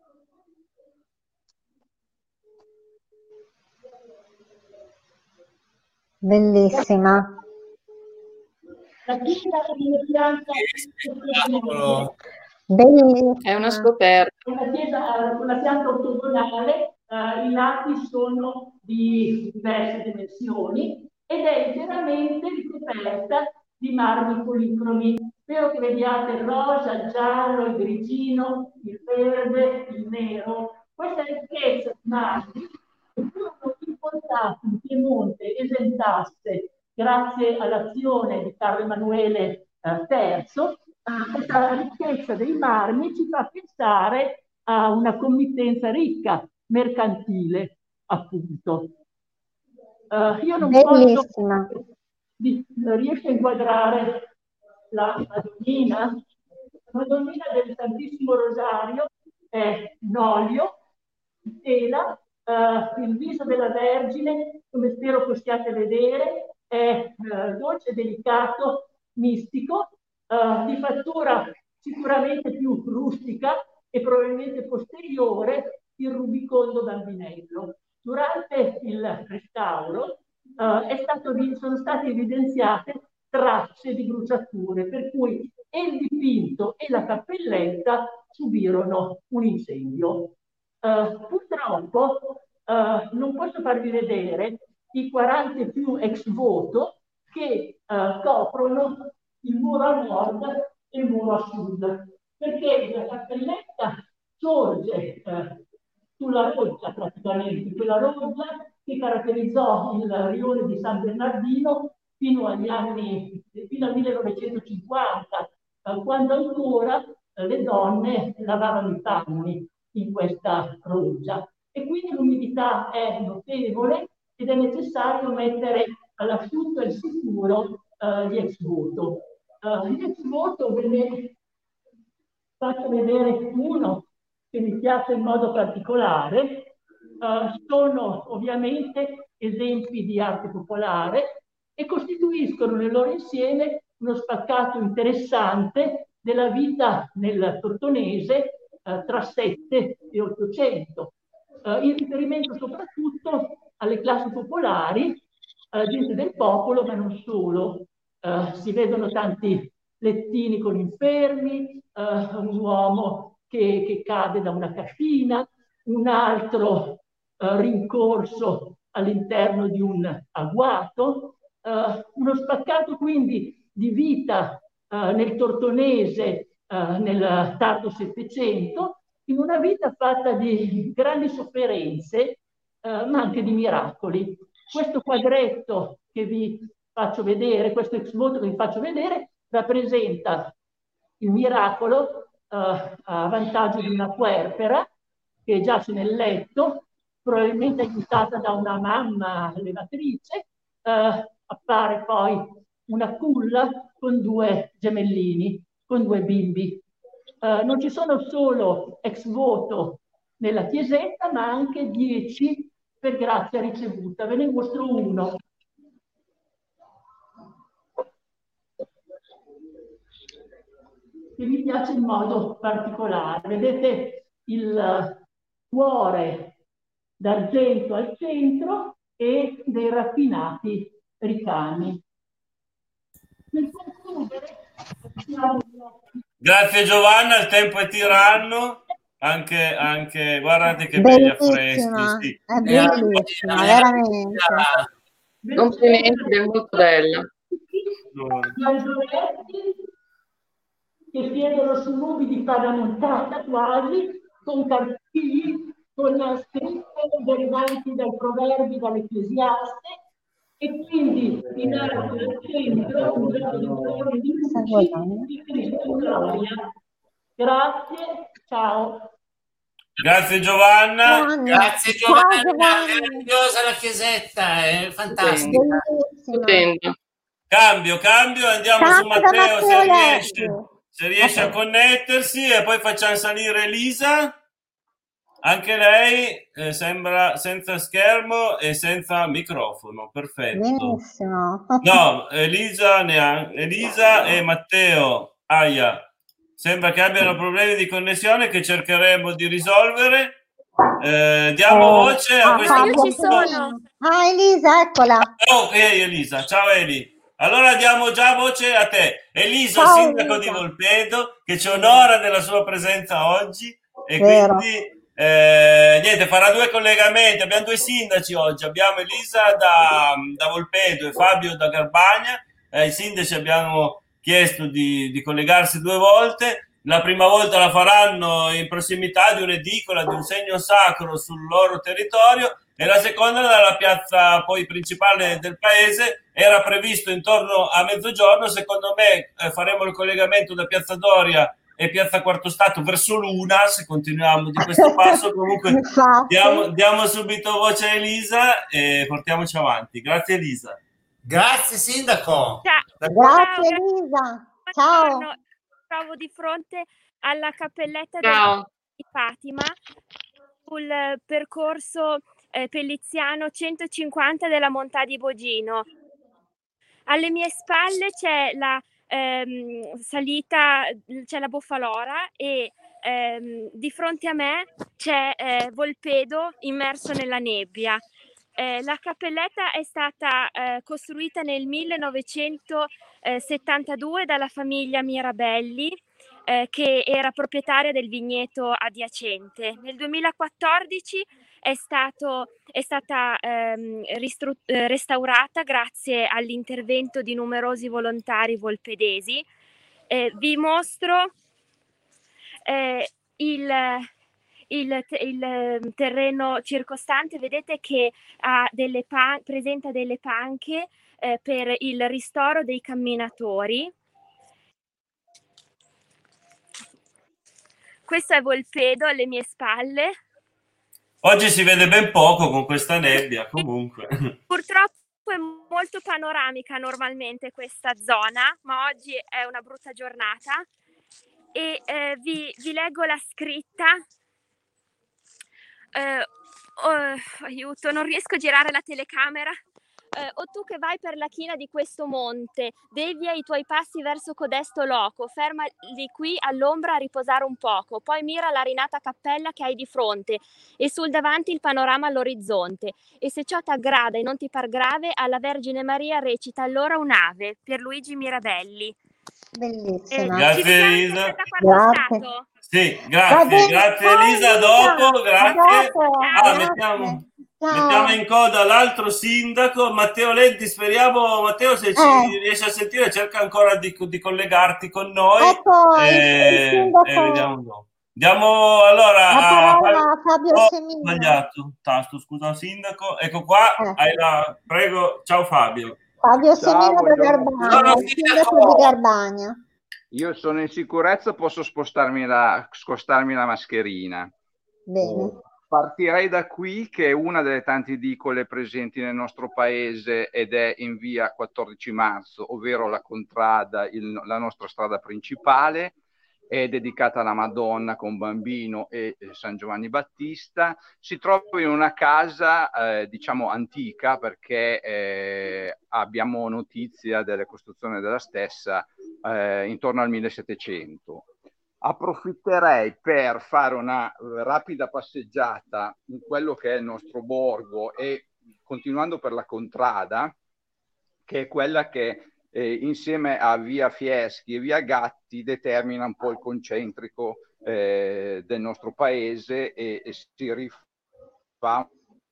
S2: Bellissima.
S9: La chiesa è di pianta
S2: Bellissima.
S4: È una scoperta.
S9: è una chiesa con la pianta ortogonale, eh, i lati sono di diverse dimensioni ed è interamente ricoperta di marmi policromi. Spero che vediate il rosa, il giallo, il grigino, il verde, il nero. Questa ricchezza di marmi furono importati in Piemonte e Sentasse grazie all'azione di Carlo Emanuele eh, terzo. Questa ricchezza dei marmi ci fa pensare a una committenza ricca, mercantile, appunto. Uh, io non
S2: Bellissima.
S9: posso di, riesco a inquadrare la Madonnina. La Madonnina del Santissimo Rosario è in olio, in tela, uh, il viso della Vergine, come spero possiate vedere, è uh, dolce, delicato, mistico, uh, di fattura sicuramente più rustica e probabilmente posteriore il rubicondo bambinello. Durante il restauro uh, è stato, sono state evidenziate tracce di bruciature, per cui e il dipinto e la cappelletta subirono un incendio. Uh, purtroppo uh, non posso farvi vedere i quaranta più ex voto che uh, coprono il muro a nord e il muro a sud, perché la cappelletta sorge uh, sulla roggia praticamente, quella roggia che caratterizzò il rione di San Bernardino fino agli anni fino al millenovecentocinquanta, eh, quando ancora eh, le donne lavavano i panni in questa roggia. E quindi l'umidità è notevole ed è necessario mettere all'asciutto e al sicuro eh, gli ex voto. Uh, gli ex voto ve ne faccio vedere uno che mi piace in modo particolare. Uh, sono ovviamente esempi di arte popolare e costituiscono nel loro insieme uno spaccato interessante della vita nel Tortonese uh, tra sette e ottocento, uh, in riferimento soprattutto alle classi popolari, alla gente del popolo, ma non solo. Uh, si vedono tanti lettini con infermi, uh, un uomo che, che cade da una cascina, un altro uh, rincorso all'interno di un agguato, uh, uno spaccato quindi di vita uh, nel Tortonese uh, nel tardo Settecento, in una vita fatta di grandi sofferenze, uh, ma anche di miracoli. Questo quadretto che vi faccio vedere, questo ex voto che vi faccio vedere, rappresenta il miracolo uh, a vantaggio di una puerpera che giace nel letto, probabilmente aiutata da una mamma allevatrice. Uh, appare poi una culla con due gemellini, con due bimbi. Uh, non ci sono solo ex voto nella chiesetta, ma anche dieci per grazia ricevuta. Ve ne mostro uno. Che mi piace in modo particolare. Vedete il cuore d'argento al centro e dei raffinati ricami. Nel concludere,
S1: grazie Giovanna, il tempo è tiranno. Anche, anche guardate che belli affreschi. Sì.
S2: È bellissima, veramente.
S4: Complimenti, è molto bella.
S9: Che siedono su nubi di pallamontata quasi, con cartigli, con scritte derivanti dai proverbi, dall'Ecclesiaste, e quindi in alto al centro un gioco di luci di Cristo Gloria. Grazie, ciao.
S1: Grazie Giovanna.
S2: Giovanna.
S3: Grazie Giovanna,
S2: Ciao, Giovanna.
S3: è meravigliosa la chiesetta, è fantastica.
S2: Bellissima.
S1: Cambio, cambio, andiamo su
S2: Cambio da
S1: Matteo se
S2: Matteo
S1: riesce,
S2: Lerchi.
S1: se riesce a connettersi, e poi facciamo salire Elisa. Anche lei eh, sembra senza schermo e senza microfono. Perfetto.
S2: Benissimo.
S1: No, Elisa, neanche. Elisa e Matteo, aia, sembra che abbiano problemi di connessione che cercheremo di risolvere. Eh, diamo voce a
S2: Ah,
S1: questo
S2: Fabio,
S1: punto.
S2: ci sono. Ah, Elisa, eccola.
S1: Oh, ehi, Elisa, ciao Eli. Allora diamo già voce a te. Elisa,
S2: Ciao,
S1: sindaco
S2: Elisa.
S1: di Volpedo, che ci onora della sua presenza oggi, e
S2: Vero.
S1: quindi eh, niente, farà due collegamenti. Abbiamo due sindaci oggi, abbiamo Elisa da, da Volpedo e Fabio da Garbagna. Eh, I sindaci abbiamo chiesto di, di collegarsi due volte. La prima volta la faranno in prossimità di un'edicola, di un segno sacro sul loro territorio, e la seconda dalla piazza poi principale del paese. Era previsto intorno a mezzogiorno. Secondo me eh, faremo il collegamento da Piazza Doria e Piazza Quarto Stato verso l'una, se continuiamo di questo passo. Comunque diamo, diamo subito voce a Elisa e portiamoci avanti. Grazie Elisa.
S3: Grazie sindaco.
S2: Ciao. Grazie Elisa. Ciao.
S10: Mi trovo di fronte alla cappelletta
S4: Ciao.
S10: di Fatima sul percorso eh, pelliziano centocinquanta della Montà di Bogino. Alle mie spalle c'è la ehm, salita, c'è la Boffalora, e ehm, di fronte a me c'è eh, Volpedo immerso nella nebbia. Eh, la cappelletta è stata eh, costruita nel millenovecentosettantadue dalla famiglia Mirabelli, eh, che era proprietaria del vigneto adiacente. Nel duemilaquattordici è, stato, è stata ehm, ristru- eh, restaurata grazie all'intervento di numerosi volontari volpedesi. Eh, vi mostro eh, il, il, il terreno circostante vedete che ha delle pan- presenta delle panche eh, per il ristoro dei camminatori. Questo è Volpedo alle mie spalle.
S1: Oggi si vede ben poco con questa nebbia, comunque.
S10: Purtroppo è molto panoramica normalmente questa zona, ma oggi è una brutta giornata e eh, vi, vi leggo la scritta. Eh, oh, aiuto, non riesco a girare la telecamera. Eh, o tu che vai per la china di questo monte, devia i tuoi passi verso codesto loco, fermali qui all'ombra a riposare un poco, poi mira la rinata cappella che hai di fronte e sul davanti il panorama all'orizzonte. E se ciò t'aggrada e non ti par grave, alla Vergine Maria recita allora un'ave, per Luigi Mirabelli.
S2: Bellissima.
S10: Eh,
S1: Grazie Elisa.
S2: Grazie.
S1: Sì,
S2: Va
S1: grazie,
S2: bene,
S1: grazie
S2: ciao,
S1: Elisa,
S2: Elisa.
S1: dopo, grazie.
S2: Dopo,
S1: Ah,
S2: grazie.
S1: mettiamo,
S2: Ciao.
S1: mettiamo in coda l'altro sindaco, Matteo Leddi, speriamo, Matteo, se ci
S2: Eh.
S1: riesci a sentire, cerca ancora di, di collegarti con noi.
S2: Ecco, il- il
S1: e,
S2: sindaco-
S1: e vediamo dopo. Diamo allora
S2: La
S1: a
S2: parola a Fabio
S1: Oh,
S2: Semino.
S1: sbagliato, tasto, scusa, sindaco. Ecco qua,
S2: Eh.
S1: hai la... prego, ciao Fabio.
S2: Fabio
S11: Ciao,
S2: Semino da
S11: buongiorno.
S2: Garbagna,
S1: Buongiorno,
S2: il sindaco di Garbagna.
S11: Io sono in sicurezza, posso spostarmi la, scostarmi la mascherina.
S2: Bene.
S11: Partirei da qui, che è una delle tante edicole presenti nel nostro paese ed è in via quattordici marzo, ovvero la Contrada, il, la nostra strada principale. È dedicata alla Madonna con Bambino e San Giovanni Battista. Si trova in una casa eh, diciamo antica, perché eh, abbiamo notizia della costruzione della stessa eh, intorno al millesettecento. Approfitterei per fare una rapida passeggiata in quello che è il nostro borgo e continuando per la Contrada, che è quella che Eh, insieme a via Fieschi e via Gatti determina un po' il concentrico eh, del nostro paese e, e si rifà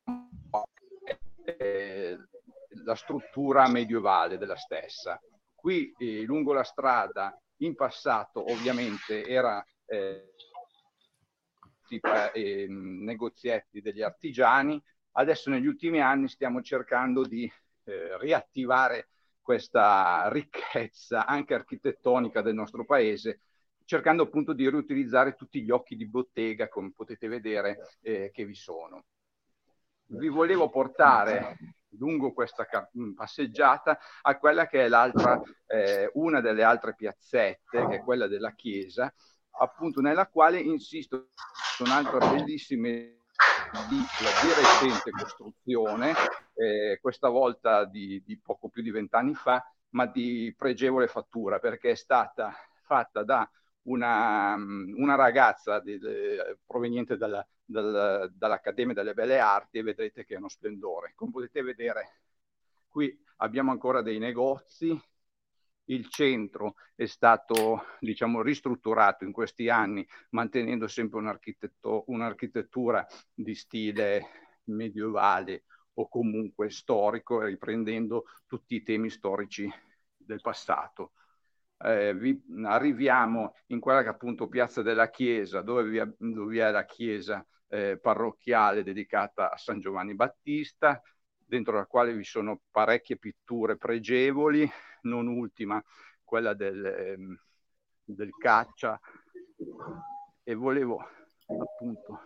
S11: eh, la struttura medievale della stessa. Qui eh, lungo la strada in passato ovviamente era eh, tipo, eh, negozietti degli artigiani. Adesso negli ultimi anni stiamo cercando di eh, riattivare questa ricchezza anche architettonica del nostro paese, cercando appunto di riutilizzare tutti gli occhi di bottega, come potete vedere, eh, che vi sono. Vi volevo portare lungo questa passeggiata a quella che è l'altra, eh, una delle altre piazzette, che è quella della chiesa, appunto nella quale, insisto, un'altra bellissima di, di recente costruzione, eh, questa volta di, di poco più di vent'anni fa, ma di pregevole fattura, perché è stata fatta da una, una ragazza di, de, proveniente dalla, dal, dall'Accademia delle Belle Arti, e vedrete che è uno splendore. Come potete vedere, qui abbiamo ancora dei negozi. Il centro è stato, diciamo, ristrutturato in questi anni, mantenendo sempre un'architettura di stile medievale o comunque storico, riprendendo tutti i temi storici del passato. Eh, vi, arriviamo in quella che è appunto Piazza della Chiesa, dove vi è, dove vi è la chiesa eh, parrocchiale dedicata a San Giovanni Battista, dentro la quale vi sono parecchie pitture pregevoli, non ultima quella del, ehm, del caccia, e volevo appunto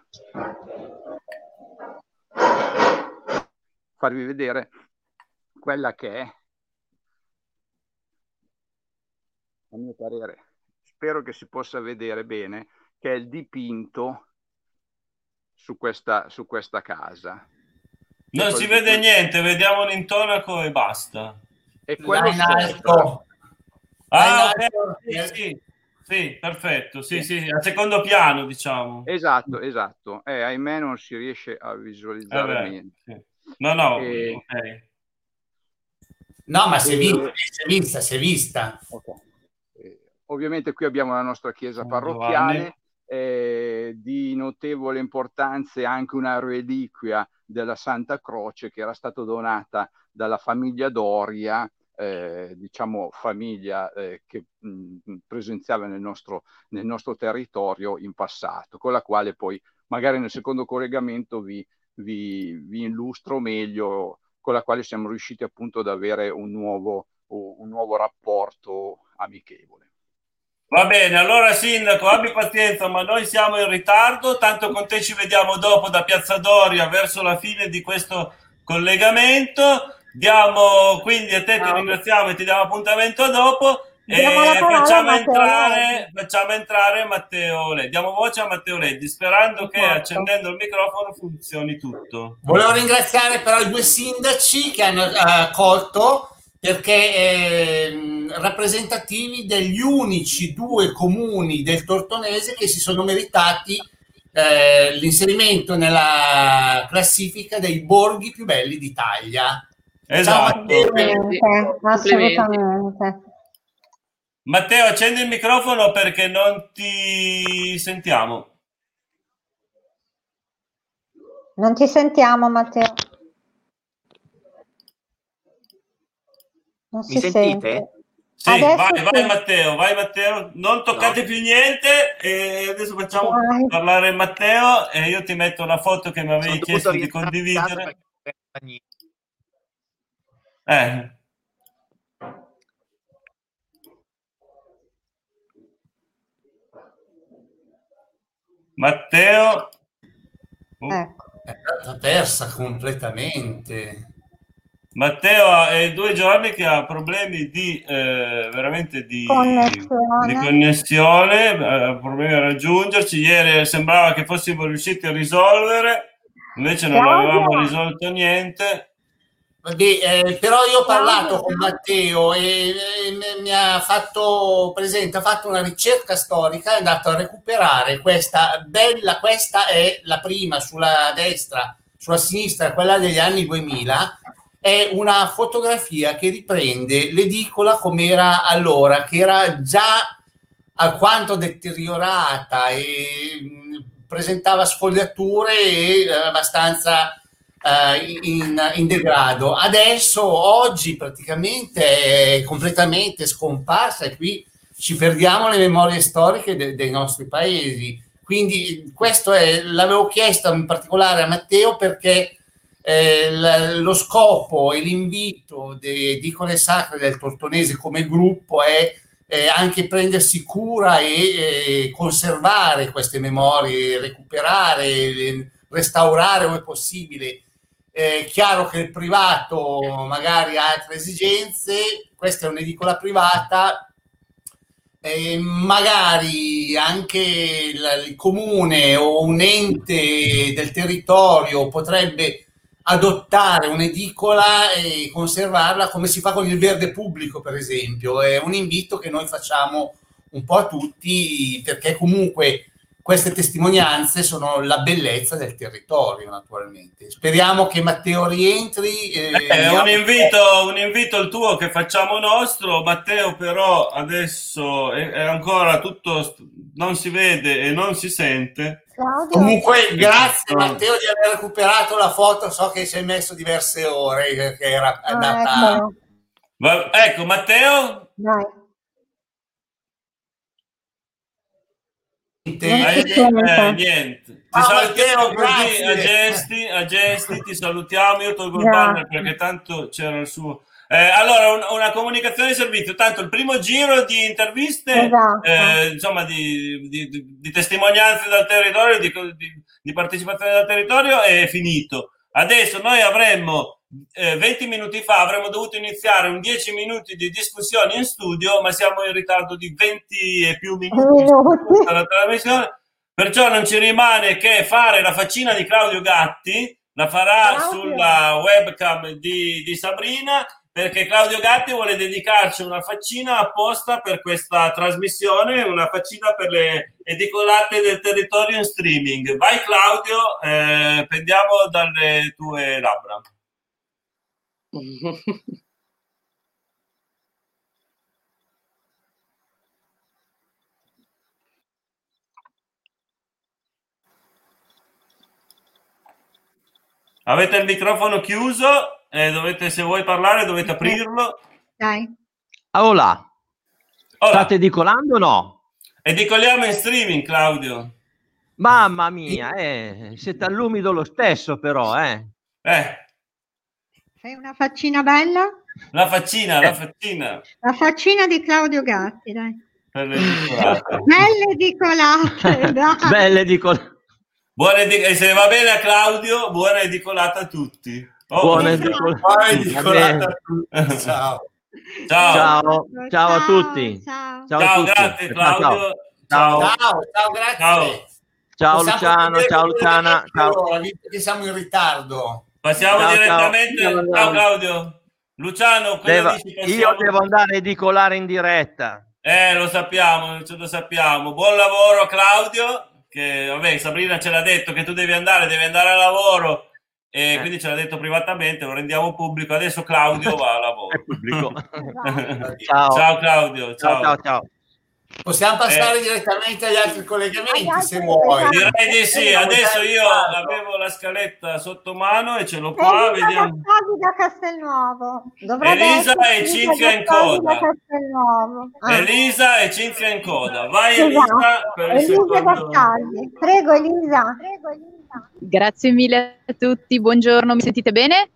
S11: farvi vedere quella che è, a mio parere, spero che si possa vedere bene, che è il dipinto su questa, su questa casa.
S1: Non si vede niente, vediamo l'intonaco e basta.
S11: E quello
S3: in alto.
S1: Ah,
S3: in alto.
S1: ok, sì, sì, sì, perfetto, sì, sì, sì, al secondo piano, diciamo.
S11: Esatto, esatto. Eh, ahimè non si riesce a visualizzare
S1: Eh beh,
S11: bene.
S1: sì. No, no,
S11: E...
S1: ok.
S3: No, ma si è
S11: E...
S3: vista, si è vista, si è vista.
S11: Okay. Eh, ovviamente qui abbiamo la nostra chiesa parrocchiale, eh, di notevole importanza, e anche una reliquia della Santa Croce che era stata donata dalla famiglia Doria, eh, diciamo famiglia eh, che mh, presenziava nel nostro, nel nostro territorio in passato, con la quale poi magari nel secondo collegamento vi, vi, vi illustro meglio, con la quale siamo riusciti appunto ad avere un nuovo, un nuovo rapporto amichevole.
S1: Va bene, allora Sindaco, abbi pazienza, ma noi siamo in ritardo, tanto con te ci vediamo dopo da Piazza Doria verso la fine di questo collegamento. Diamo quindi a te, ti ringraziamo e ti diamo appuntamento dopo. E facciamo entrare, facciamo entrare Matteo Leddi. Diamo voce a Matteo Leddi, sperando che accendendo il microfono funzioni tutto.
S3: Volevo ringraziare però i due sindaci che hanno accolto, perché eh, rappresentativi degli unici due comuni del Tortonese che si sono meritati eh, l'inserimento nella classifica dei borghi più belli d'Italia.
S1: Esatto.
S3: Ciao,
S2: Matteo. Assolutamente.
S1: Matteo, accendi il microfono perché non ti sentiamo.
S2: Non ti sentiamo, Matteo. Non
S12: Mi
S2: si
S12: sentite?
S2: sente.
S1: Sì,
S2: Adesso
S1: vai,
S2: sì.
S1: vai Matteo, vai Matteo, non toccate
S12: No.
S1: più niente e adesso facciamo
S2: Vai.
S1: parlare Matteo e io ti metto la foto che mi avevi
S12: Sono
S1: chiesto
S12: dovuto
S1: di
S12: rientrare a casa
S1: condividere.
S12: perché non era niente.
S1: Eh. Matteo. Uh.
S2: Ecco.
S3: È stata persa completamente.
S1: Matteo è due giorni che ha problemi di eh, veramente di
S2: Connessione.
S1: di connessione, eh, problemi a raggiungerci. Ieri sembrava che fossimo riusciti a risolvere, invece non
S2: Claudio?
S1: avevamo risolto niente.
S3: Vabbè, eh, però io ho parlato
S2: Claudio?
S3: con Matteo e, e mi ha fatto presente, ha fatto una ricerca storica, è andato a recuperare questa bella, questa è la prima sulla destra, sulla sinistra, quella degli anni duemila, è una fotografia che riprende l'edicola come era allora, che era già alquanto deteriorata e mh, presentava sfogliature e eh, abbastanza Uh, in, in degrado. Adesso, oggi, praticamente è completamente scomparsa e qui ci perdiamo le memorie storiche de- dei nostri paesi. Quindi questo è, l'avevo chiesto in particolare a Matteo perché eh, l- lo scopo e l'invito delle edicole sacre del Tortonese come gruppo è eh, anche prendersi cura e eh, conservare queste memorie, recuperare, restaurare ove possibile. È chiaro che il privato magari ha altre esigenze, questa è un'edicola privata, e magari anche il, il comune o un ente del territorio potrebbe adottare un'edicola e conservarla come si fa con il verde pubblico, per esempio. È un invito che noi facciamo un po' a tutti, perché comunque queste testimonianze sono la bellezza del territorio, naturalmente. Speriamo che Matteo rientri.
S1: Eh, è un invito, un invito il tuo che facciamo nostro. Matteo però adesso è, è ancora tutto, non si vede e non si sente.
S2: Claudio?
S3: Comunque grazie Matteo di aver recuperato la foto, so che ci hai messo diverse ore, che era andata...
S2: Ah, ecco.
S1: Va, ecco Matteo.
S2: Dai.
S1: Eh, eh, niente, ti
S3: ah,
S1: salutiamo
S3: Matteo,
S1: così
S3: grazie.
S1: a gesti, a gesti ti salutiamo. Io tolgo il
S2: Grazie.
S1: banner perché tanto c'era il suo. Eh, allora, un, una comunicazione di servizio. Tanto il primo giro di interviste,
S2: Esatto.
S1: eh, insomma, di, di, di, di testimonianze dal territorio, di, di, di partecipazione dal territorio è finito. Adesso noi avremmo eh, venti minuti fa avremmo dovuto iniziare un dieci minuti di discussione in studio, ma siamo in ritardo di venti e più minuti dalla trasmissione, perciò non ci rimane che fare la faccina di Claudio Gatti, la farà
S2: Claudio.
S1: sulla webcam di, di Sabrina, perché Claudio Gatti vuole dedicarci una faccina apposta per questa trasmissione, una faccina per le edicolate del territorio in streaming. Vai Claudio, eh, pendiamo dalle tue labbra. Avete il microfono chiuso, eh, dovete, se vuoi parlare dovete aprirlo.
S2: Dai.
S12: Hola.
S1: Hola.
S12: State edicolando o no?
S1: Edicoliamo in streaming, Claudio.
S12: Mamma mia, eh, siete all'umido lo stesso però, eh.
S1: Eh.
S2: Fai una faccina bella?
S1: La faccina, la faccina.
S2: La faccina di Claudio Gatti, dai.
S1: Per le edicolate.
S2: Belle edicolate, dai.
S12: Belle edicolate.
S1: Buona edic- e se va bene a Claudio, buona edicolata a tutti. Oh,
S12: Buona
S1: oh,
S12: edicolata.
S1: buona edicolata a tutti.
S3: Ciao.
S1: Ciao.
S12: Ciao, ciao a tutti.
S2: Ciao,
S12: ciao,
S1: ciao
S12: a tutti.
S1: grazie Claudio.
S12: Ciao,
S3: ciao, ciao grazie.
S1: Ciao.
S12: Ciao
S3: Possiamo
S12: Luciano, ciao Luciana. Ciao.
S3: Allora, visto che siamo in ritardo.
S1: Passiamo
S12: Ciao,
S1: direttamente.
S12: ciao.
S1: Ciao, Claudio. Luciano, cosa
S12: Devo-
S1: dici? Passiamo-
S12: io devo andare a edicolare in diretta.
S1: Eh, lo sappiamo, ce lo sappiamo. Buon lavoro Claudio, che vabbè, Sabrina ce l'ha detto che tu devi andare, devi andare al lavoro e
S12: Eh.
S1: quindi ce l'ha detto privatamente, lo rendiamo pubblico. Adesso Claudio va al lavoro.
S12: È pubblico.
S1: Ciao.
S12: Ciao.
S1: Claudio, ciao.
S12: Ciao, ciao, ciao.
S3: Possiamo passare
S1: Eh.
S3: direttamente agli altri collegamenti,
S2: Agli altri
S3: se vuoi.
S1: Direi di sì, adesso io
S3: Esatto.
S1: avevo la scaletta sotto mano e ce l'ho
S2: Elisa
S1: qua, vediamo.
S2: Gattasi da Castelnuovo. Dovrebbe
S1: Elisa
S2: essere
S1: e
S2: Elisa
S1: Cinzia in
S2: Gattasi
S1: coda.
S2: da Castelnuovo. Ah,
S1: Elisa e Cinzia in coda. Vai
S2: esatto.
S1: Elisa per il
S2: Elisa
S1: secondo.
S2: Gattasi. Prego Elisa. Prego Elisa.
S13: Grazie mille a tutti, buongiorno, mi sentite bene?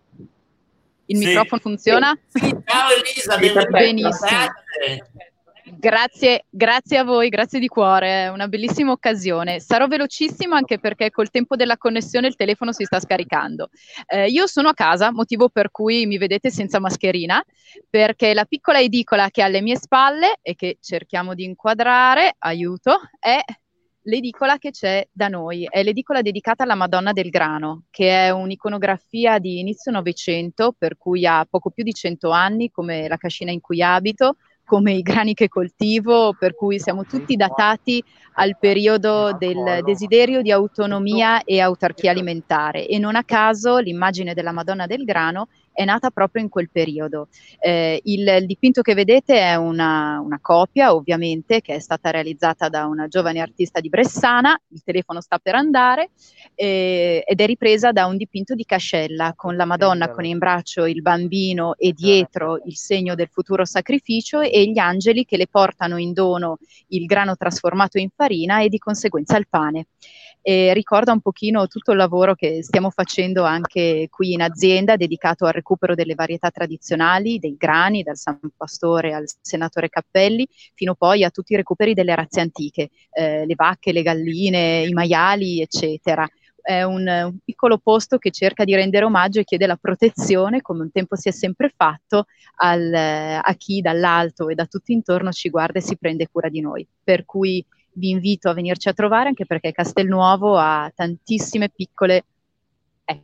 S13: Il
S1: Sì.
S13: microfono funziona?
S3: Sì, ciao Elisa,
S13: Sì,
S3: benvenuta.
S13: benissimo.
S3: Grazie.
S13: Grazie, grazie a voi, grazie di cuore, è una bellissima occasione. Sarò velocissima anche perché col tempo della connessione il telefono si sta scaricando. Eh, io sono a casa, motivo per cui mi vedete senza mascherina, perché la piccola edicola che è alle mie spalle e che cerchiamo di inquadrare, aiuto, è l'edicola che c'è da noi. È l'edicola dedicata alla Madonna del Grano, che è un'iconografia di inizio Novecento, per cui ha poco più di cento anni, come la cascina in cui abito, come i grani che coltivo, per cui siamo tutti datati al periodo del desiderio di autonomia e autarchia alimentare, e non a caso l'immagine della Madonna del Grano è nata proprio in quel periodo. Eh, il, il dipinto che vedete è una, una copia, ovviamente, che è stata realizzata da una giovane artista di Bressana, il telefono sta per andare, eh, ed è ripresa da un dipinto di Cascella, con la Madonna con in braccio il bambino e dietro il segno del futuro sacrificio e gli angeli che le portano in dono il grano trasformato in farina e di conseguenza il pane. E ricorda un pochino tutto il lavoro che stiamo facendo anche qui in azienda, dedicato al recupero delle varietà tradizionali, dei grani, dal San Pastore al Senatore Cappelli, fino poi a tutti i recuperi delle razze antiche, eh, le vacche, le galline, i maiali, eccetera. È un, un piccolo posto che cerca di rendere omaggio e chiede la protezione, come un tempo si è sempre fatto, al, a chi dall'alto e da tutti intorno ci guarda e si prende cura di noi. Per cui vi invito a venirci a trovare, anche perché Castelnuovo ha tantissime piccole... Eh.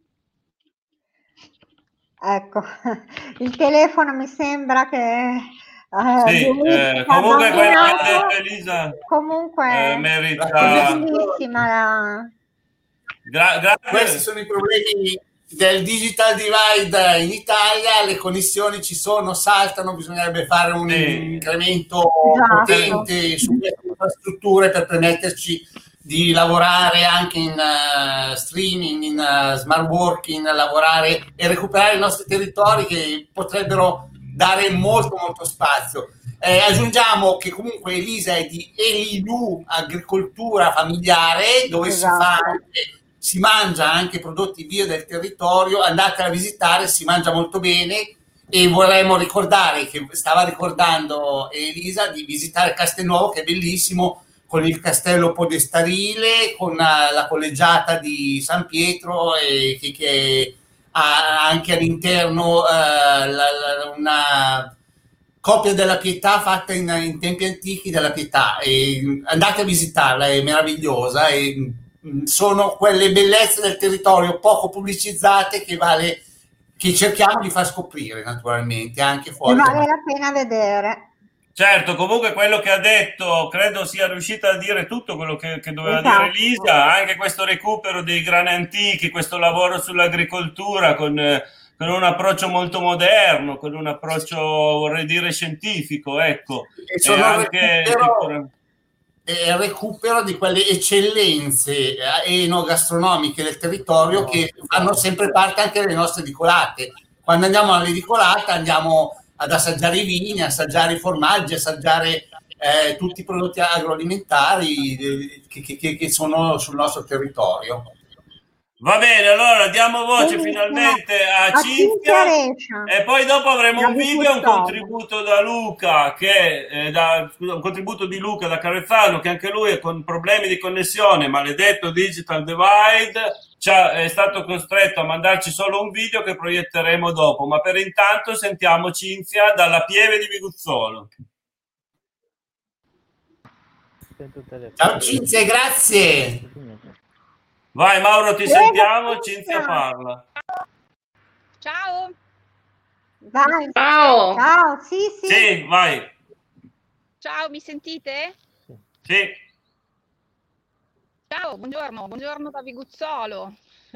S2: Ecco, il telefono mi sembra che... eh,
S1: Sì, eh, comunque quello che ha detto Elisa
S2: comunque
S1: eh, merita.
S2: bellissima la...
S1: Gra- grazie.
S3: Questi sono i problemi del digital divide in Italia, le connessioni ci sono, saltano, bisognerebbe fare un
S1: Sì.
S3: incremento
S2: Esatto.
S3: potente su queste infrastrutture per permetterci di lavorare anche in uh, streaming, in uh, smart working, lavorare e recuperare i nostri territori che potrebbero dare molto molto spazio. Eh, aggiungiamo che comunque Elisa è di Elilu Agricoltura Familiare, dove
S2: Esatto.
S3: si fa anche si mangia anche prodotti bio del territorio, andate a visitare, si mangia molto bene, e vorremmo ricordare, che stava ricordando Elisa, di visitare Castelnuovo, che è bellissimo, con il castello podestarile, con la, la collegiata di San Pietro, e che, che ha anche all'interno eh, la, la, una copia della Pietà fatta in, in tempi antichi della Pietà, e andate a visitarla, è meravigliosa, e sono quelle bellezze del territorio poco pubblicizzate che vale, che cerchiamo di far scoprire naturalmente anche fuori.
S2: E vale la pena vedere.
S1: Certo, comunque quello che ha detto credo sia riuscita a dire tutto quello che, che doveva
S2: Esatto.
S1: dire Elisa, anche questo recupero dei grani antichi, questo lavoro sull'agricoltura con, eh, con un approccio molto moderno, con un approccio, vorrei dire, scientifico, ecco.
S3: E sono
S1: anche
S3: recupero, e recupero di quelle eccellenze enogastronomiche del territorio che fanno sempre parte anche delle nostre edicolate. Quando andiamo all'edicolata andiamo ad assaggiare i vini, assaggiare i formaggi, assaggiare eh, tutti i prodotti agroalimentari eh, che, che, che sono sul nostro territorio.
S1: Va bene, allora diamo voce
S2: Benissimo.
S1: finalmente a
S2: A
S1: Cinzia
S2: Cinzia Rescia.
S1: e poi dopo avremo un video e un
S2: Agricoltore.
S1: contributo da Luca, che, eh, da, scusa, un contributo di Luca da Carezzano, che anche lui è con problemi di connessione, maledetto digital divide, cioè, è stato costretto a mandarci solo un video che proietteremo dopo, ma per intanto sentiamo Cinzia dalla Pieve di Viguzzolo.
S3: Ciao Cinzia, grazie.
S1: Vai Mauro, ti
S2: Prego,
S1: sentiamo,
S2: Cinzia.
S1: Cinzia parla.
S10: Ciao.
S2: Vai.
S4: Ciao.
S2: Ciao, sì, sì.
S1: Sì, vai.
S10: Ciao, mi sentite?
S1: Sì.
S10: Ciao, buongiorno, buongiorno da Viguzzolo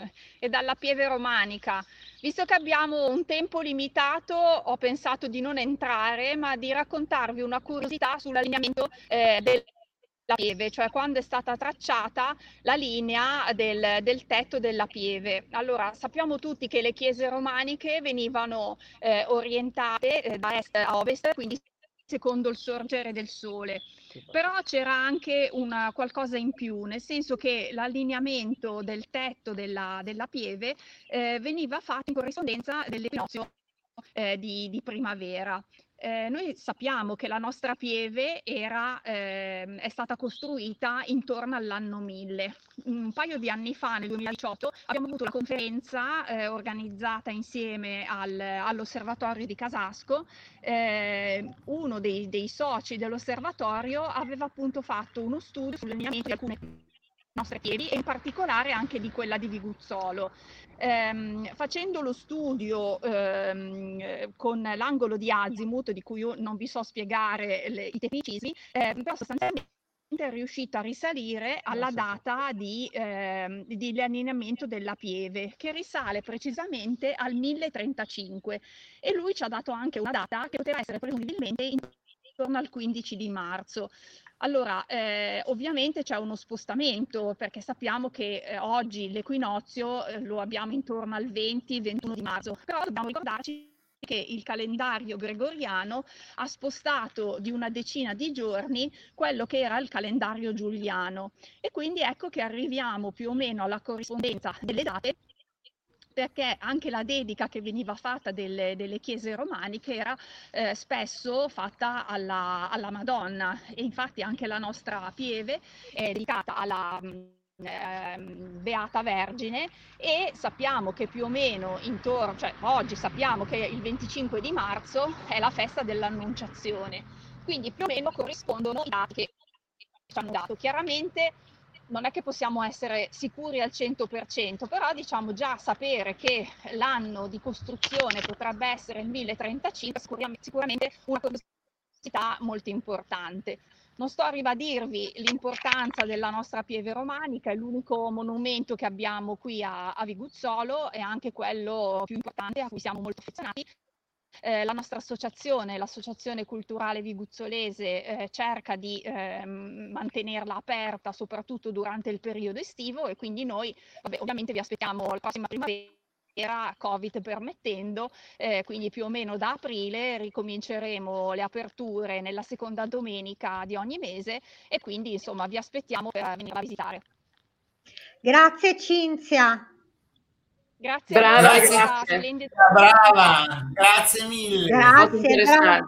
S10: e dalla Pieve Romanica. Visto che abbiamo un tempo limitato, ho pensato di non entrare, ma di raccontarvi una curiosità sull'allineamento eh, del la Pieve, cioè quando è stata tracciata la linea del, del tetto della Pieve. Allora, sappiamo tutti che le chiese romaniche venivano eh, orientate eh, da est a ovest, quindi secondo il sorgere del sole. Però c'era anche una, qualcosa in più, nel senso che l'allineamento del tetto della, della Pieve eh, veniva fatto in corrispondenza dell'equinozio eh, di, di primavera. Eh, noi sappiamo che la nostra Pieve era, eh, è stata costruita intorno all'anno mille. Un paio di anni fa, nel duemiladiciotto, abbiamo avuto una conferenza eh, organizzata insieme al, all'osservatorio di Casasco. Eh, uno dei, dei soci dell'osservatorio aveva appunto fatto uno studio sull'allineamento di alcune nostre Pieve e in particolare anche di quella di Viguzzolo. Ehm, facendo lo studio ehm, con l'angolo di azimuth, di cui io non vi so spiegare le, i tecnicismi, eh, però sostanzialmente è riuscito a risalire alla data di, ehm, di allineamento della Pieve, che risale precisamente al mille trentacinque, e lui ci ha dato anche una data che poteva essere presumibilmente intorno al quindici di marzo. Allora, eh, ovviamente c'è uno spostamento, perché sappiamo che eh, oggi l'equinozio eh, lo abbiamo intorno al venti ventuno di marzo, però dobbiamo ricordarci che il calendario gregoriano ha spostato di una decina di giorni quello che era il calendario giuliano, e quindi ecco che arriviamo più o meno alla corrispondenza delle date, perché anche la dedica che veniva fatta delle, delle chiese romaniche era eh, spesso fatta alla, alla Madonna, e infatti anche la nostra Pieve è dedicata alla eh, Beata Vergine, e sappiamo che più o meno intorno, cioè oggi sappiamo che il venticinque di marzo è la festa dell'Annunciazione, quindi più o meno corrispondono i dati che ci hanno dato. Chiaramente non è che possiamo essere sicuri al cento per cento, però diciamo già sapere che l'anno di costruzione potrebbe essere il mille trentacinque sicuramente una curiosità molto importante. Non sto a ribadirvi l'importanza della nostra Pieve Romanica, è l'unico monumento che abbiamo qui a, a Viguzzolo, e anche quello più importante a cui siamo molto affezionati. Eh, la nostra associazione, l'Associazione Culturale Viguzzolese, eh, cerca di eh, mantenerla aperta soprattutto durante il periodo estivo, e quindi noi vabbè, ovviamente vi aspettiamo la prossima primavera, Covid permettendo, eh, quindi più o meno da aprile ricominceremo le aperture nella seconda domenica di ogni mese, e quindi insomma vi aspettiamo per venire a visitare.
S2: Grazie Cinzia.
S10: Grazie,
S4: brava,
S10: a voi,
S3: grazie.
S10: splendida.
S3: Brava, grazie mille.
S2: Grazie, brava.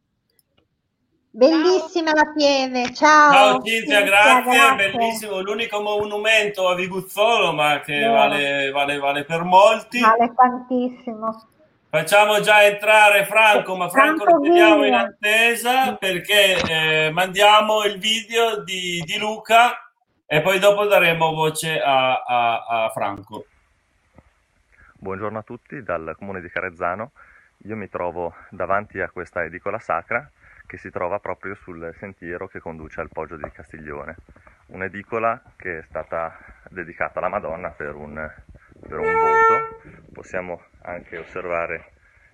S2: Bellissima la Pieve, ciao.
S1: Ciao Cinzia, grazie,
S2: grazie.
S1: bellissimo, l'unico monumento a Viguzzolo, ma che
S2: Vero.
S1: vale, vale, vale per molti.
S2: Vale tantissimo.
S1: Facciamo già entrare Franco, ma Franco
S2: Franco
S1: lo teniamo in
S2: via.
S1: attesa perché eh, mandiamo il video di, di Luca e poi dopo daremo voce a, a, a Franco.
S14: Buongiorno a tutti dal comune di Carezzano. Io mi trovo davanti a questa edicola sacra che si trova proprio sul sentiero che conduce al Poggio di Castiglione. Un'edicola che è stata dedicata alla Madonna per un, per un voto. Possiamo anche osservare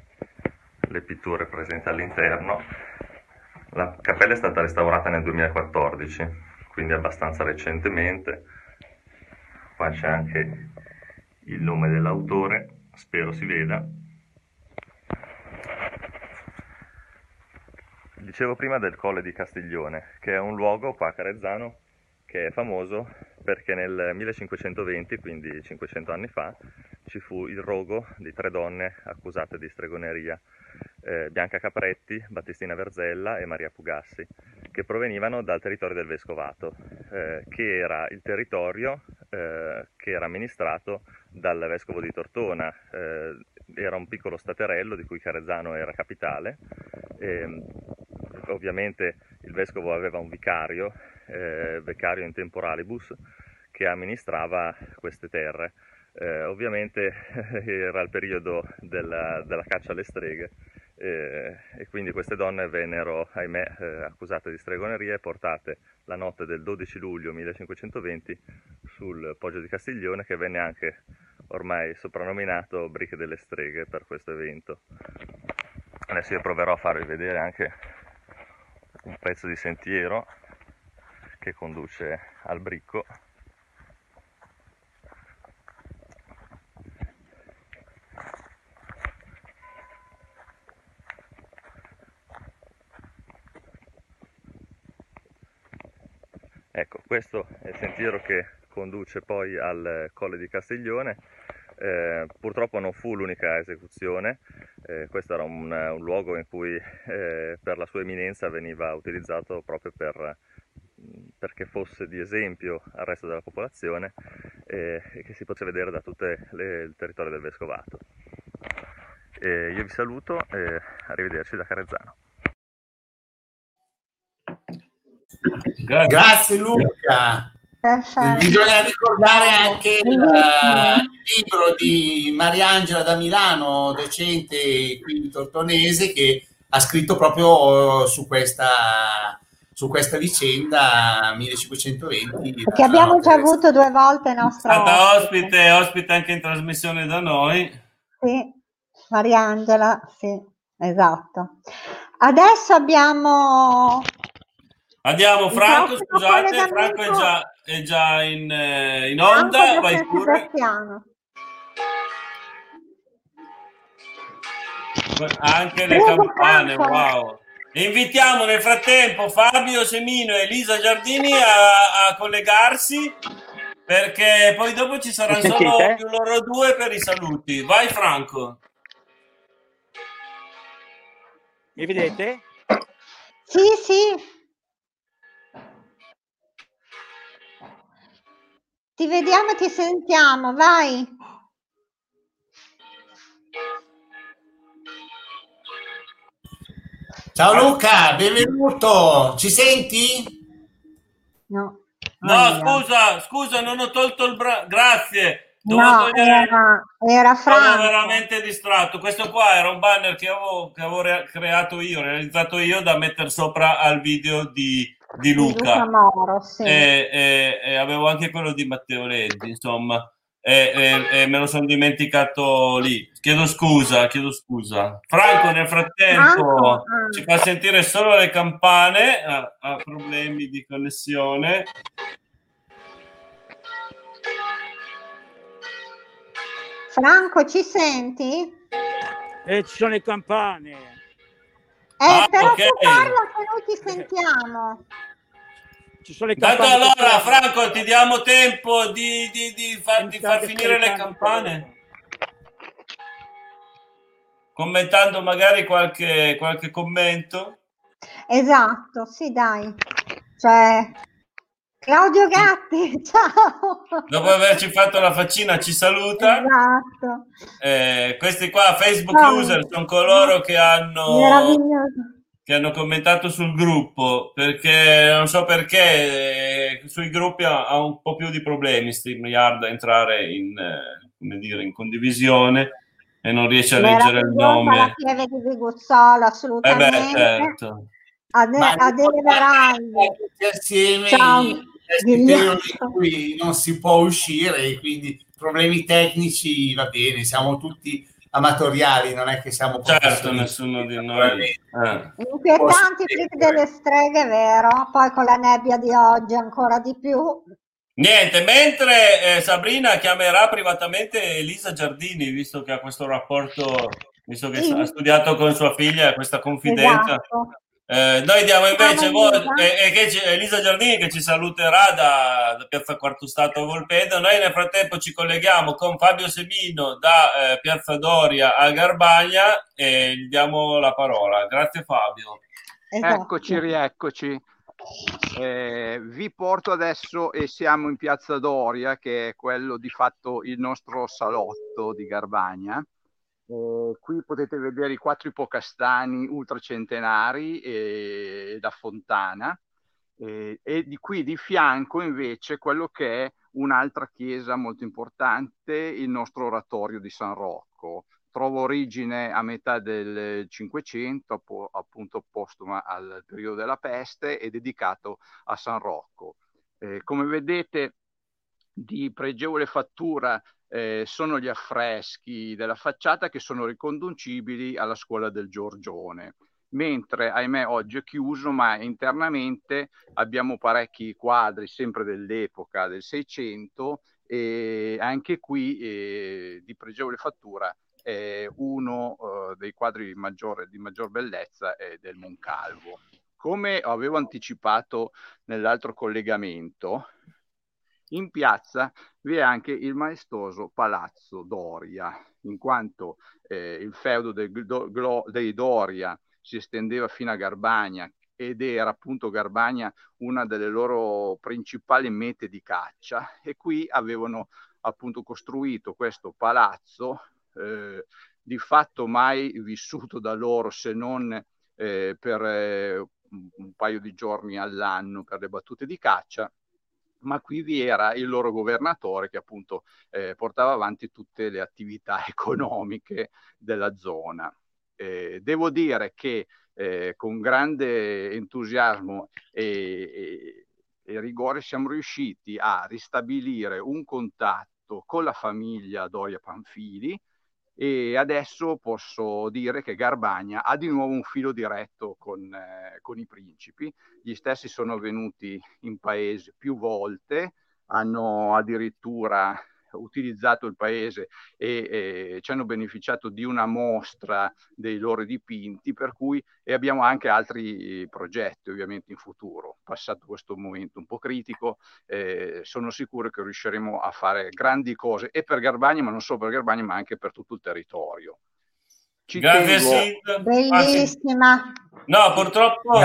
S14: le pitture presenti all'interno. La cappella è stata restaurata nel duemilaquattordici, quindi abbastanza recentemente. Qua c'è anche il nome dell'autore, spero si veda. dicevo prima del Colle di Castiglione, che è un luogo qua a Carezzano che è famoso perché nel millecinquecentoventi, quindi cinquecento anni fa, ci fu il rogo di tre donne accusate di stregoneria, eh, Bianca Capretti, Battistina Verzella e Maria Pugassi, che provenivano dal territorio del Vescovato, eh, che era il territorio eh, che era amministrato dal Vescovo di Tortona. Eh, era un piccolo staterello di cui Carezzano era capitale. E, ovviamente il Vescovo aveva un vicario, eh, vicario in temporalibus, che amministrava queste terre. Eh, ovviamente era il periodo della, della caccia alle streghe, eh, e quindi queste donne vennero, ahimè, eh, accusate di stregoneria e portate la notte del dodici luglio millecinquecentoventi sul Poggio di Castiglione, che venne anche ormai soprannominato Bricche delle Streghe per questo evento. Adesso io proverò a farvi vedere anche un pezzo di sentiero che conduce al Bricco. Ecco, questo è il sentiero che conduce poi al Colle di Castiglione. Eh, purtroppo non fu l'unica esecuzione, eh, questo era un, un luogo in cui eh, per la sua eminenza veniva utilizzato proprio per, perché fosse di esempio al resto della popolazione, eh, e che si poteva vedere da tutto il territorio del Vescovato. E io vi saluto e arrivederci da Carezzano.
S3: Grazie, Grazie Luca. Perfetto. Bisogna ricordare anche il, uh, il libro di Mariangela da Milano, docente qui tortonese, che ha scritto proprio su questa, su questa vicenda millecinquecentoventi.
S2: Che abbiamo già avuto due volte nostra
S1: stata ospite, ospite anche in trasmissione da noi.
S2: Sì, Mariangela, sì, esatto. Adesso abbiamo...
S1: Andiamo, Franco, scusate, Franco è già, è già in, eh, in onda, vai pure. Anche le
S2: Prego,
S1: campane,
S2: Franco.
S1: Wow. E invitiamo nel frattempo Fabio Semino e Elisa Giardini a, a collegarsi, perché poi dopo ci saranno solo più loro due per i saluti. Vai Franco.
S15: Mi vedete?
S2: Sì, sì. Ti vediamo e ti sentiamo, vai.
S3: Ciao Luca, benvenuto. Ci senti?
S2: No.
S1: No, oh, scusa, scusa, non ho tolto il braccio. Grazie.
S2: No, togliere... era, era Franco.
S1: Sono veramente distratto. Questo qua era un banner che avevo, che avevo re- creato io, realizzato io, da mettere sopra al video di... di Luca,
S2: Luca Moro, sì.
S1: e, e, e avevo anche quello di Matteo Leddi, insomma, e, e, e me lo sono dimenticato lì. Chiedo scusa, chiedo scusa. Franco nel frattempo
S2: Franco,
S1: ci fa sentire solo le campane, ha, ha problemi di connessione.
S2: Franco, ci senti?
S15: Eh, ci sono le campane.
S2: Eh, ah, però okay. Tu parla che noi ti sentiamo.
S15: Ci sono le campane.
S1: Tanto allora, Franco, ti diamo tempo di, di, di, far, di far finire le campane. Commentando magari qualche, qualche commento.
S2: Esatto, sì, dai. Cioè, Claudio Gatti, ciao.
S1: Dopo averci fatto la faccina ci saluta.
S2: Esatto.
S1: Eh, questi qua Facebook no. user sono coloro che hanno che hanno commentato sul gruppo, perché non so perché eh, sui gruppi ha, ha un po' più di problemi StreamYard a entrare in, eh, come dire, in condivisione e non riesce a leggere il nome.
S2: La pieve di Viguzzolo, assolutamente.
S1: Eh beh, certo.
S2: Ade- Adele Veraldi.
S3: Assieme ciao. Di cui non si può uscire, quindi problemi tecnici, va bene, siamo tutti amatoriali, non è che siamo
S1: certo, nessuno di noi
S2: eh. Inquietanti click delle streghe, vero? Poi con la nebbia di oggi ancora di più.
S1: Niente, mentre eh, Sabrina chiamerà privatamente Elisa Giardini, visto che ha questo rapporto, visto che sì. ha studiato con sua figlia questa confidenza, esatto. Eh, noi diamo invece
S2: Ciao,
S1: voi,
S2: Elisa.
S1: e, e che ci- Elisa Giardini che ci saluterà da, da Piazza Quarto Stato a Volpedo. Noi nel frattempo ci colleghiamo con Fabio Semino da eh, Piazza Doria a Garbagna e gli diamo la parola. Grazie Fabio.
S2: Esatto.
S11: Eccoci, rieccoci. Eh, vi porto adesso e siamo in Piazza Doria, che è quello di fatto il nostro salotto di Garbagna. Eh, qui potete vedere i quattro ipocastani ultracentenari eh, da Fontana eh, e di qui di fianco invece quello che è un'altra chiesa molto importante, il nostro oratorio di San Rocco. Trova origine a metà del Cinquecento, appunto postuma al periodo della peste, e dedicato a San Rocco. Eh, come vedete, di pregevole fattura eh, sono gli affreschi della facciata che sono riconducibili alla scuola del Giorgione, mentre ahimè oggi è chiuso, ma internamente abbiamo parecchi quadri sempre dell'epoca del Seicento e anche qui eh, di pregevole fattura. Eh, uno eh, dei quadri maggiore, di maggior bellezza è del Moncalvo. Come avevo anticipato nell'altro collegamento, in piazza vi è anche il maestoso Palazzo Doria, in quanto eh, il feudo del, do, dei Doria si estendeva fino a Garbagna ed era appunto Garbagna una delle loro principali mete di caccia, e qui avevano appunto costruito questo palazzo eh, di fatto mai vissuto da loro, se non eh, per eh, un paio di giorni all'anno per le battute di caccia, ma qui vi era il loro governatore che appunto eh, portava avanti tutte le attività economiche della zona. Eh, devo dire che eh, con grande entusiasmo e, e, e rigore siamo riusciti a ristabilire un contatto con la famiglia Doria Pamphili, e adesso posso dire che Garbagna ha di nuovo un filo diretto con, eh, con i principi. Gli stessi sono venuti in paese più volte, hanno addirittura utilizzato il paese e, e ci hanno beneficiato di una mostra dei loro dipinti, per cui e abbiamo anche altri progetti ovviamente in futuro. Passato questo momento un po' critico, eh, sono sicuro che riusciremo a fare grandi cose e per Garbagna, ma non solo per Garbagna, ma anche per tutto il territorio. Ci
S1: Grazie
S11: tengo...
S1: Sid.
S2: Bellissima.
S1: No, purtroppo,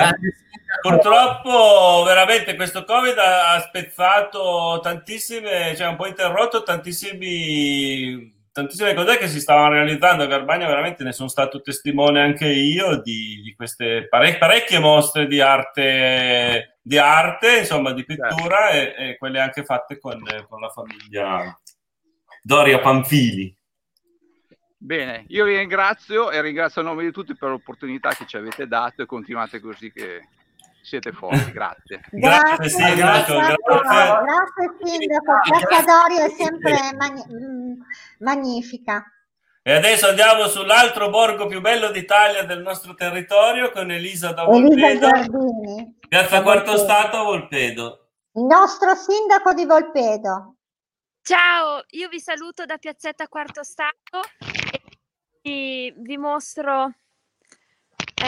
S1: purtroppo veramente questo Covid ha, ha spezzato tantissime, cioè un po' interrotto tantissimi, tantissime cose che si stavano realizzando a Garbagna. Veramente ne sono stato testimone anche io di, di queste parec- parecchie mostre di arte, di arte, insomma di pittura, e, e quelle anche fatte con, con la famiglia Doria Pamphili.
S11: Bene, io vi ringrazio e ringrazio a nome di tutti per l'opportunità che ci avete dato, e continuate così che siete forti. Grazie.
S1: Grazie Sindaco.
S2: Grazie,
S1: Grazie.
S2: grazie Sindaco. Piazza Doria è sempre magni- mm, magnifica.
S1: E adesso andiamo sull'altro borgo più bello d'Italia del nostro territorio con Elisa da
S2: Elisa
S1: Volpedo.
S2: Giardini.
S1: Piazza
S2: Da
S1: Quarto
S2: Volpedo.
S1: Stato a Volpedo.
S2: Il nostro sindaco di Volpedo.
S10: Ciao, io vi saluto da Piazzetta Quarto Stato e vi, vi mostro eh,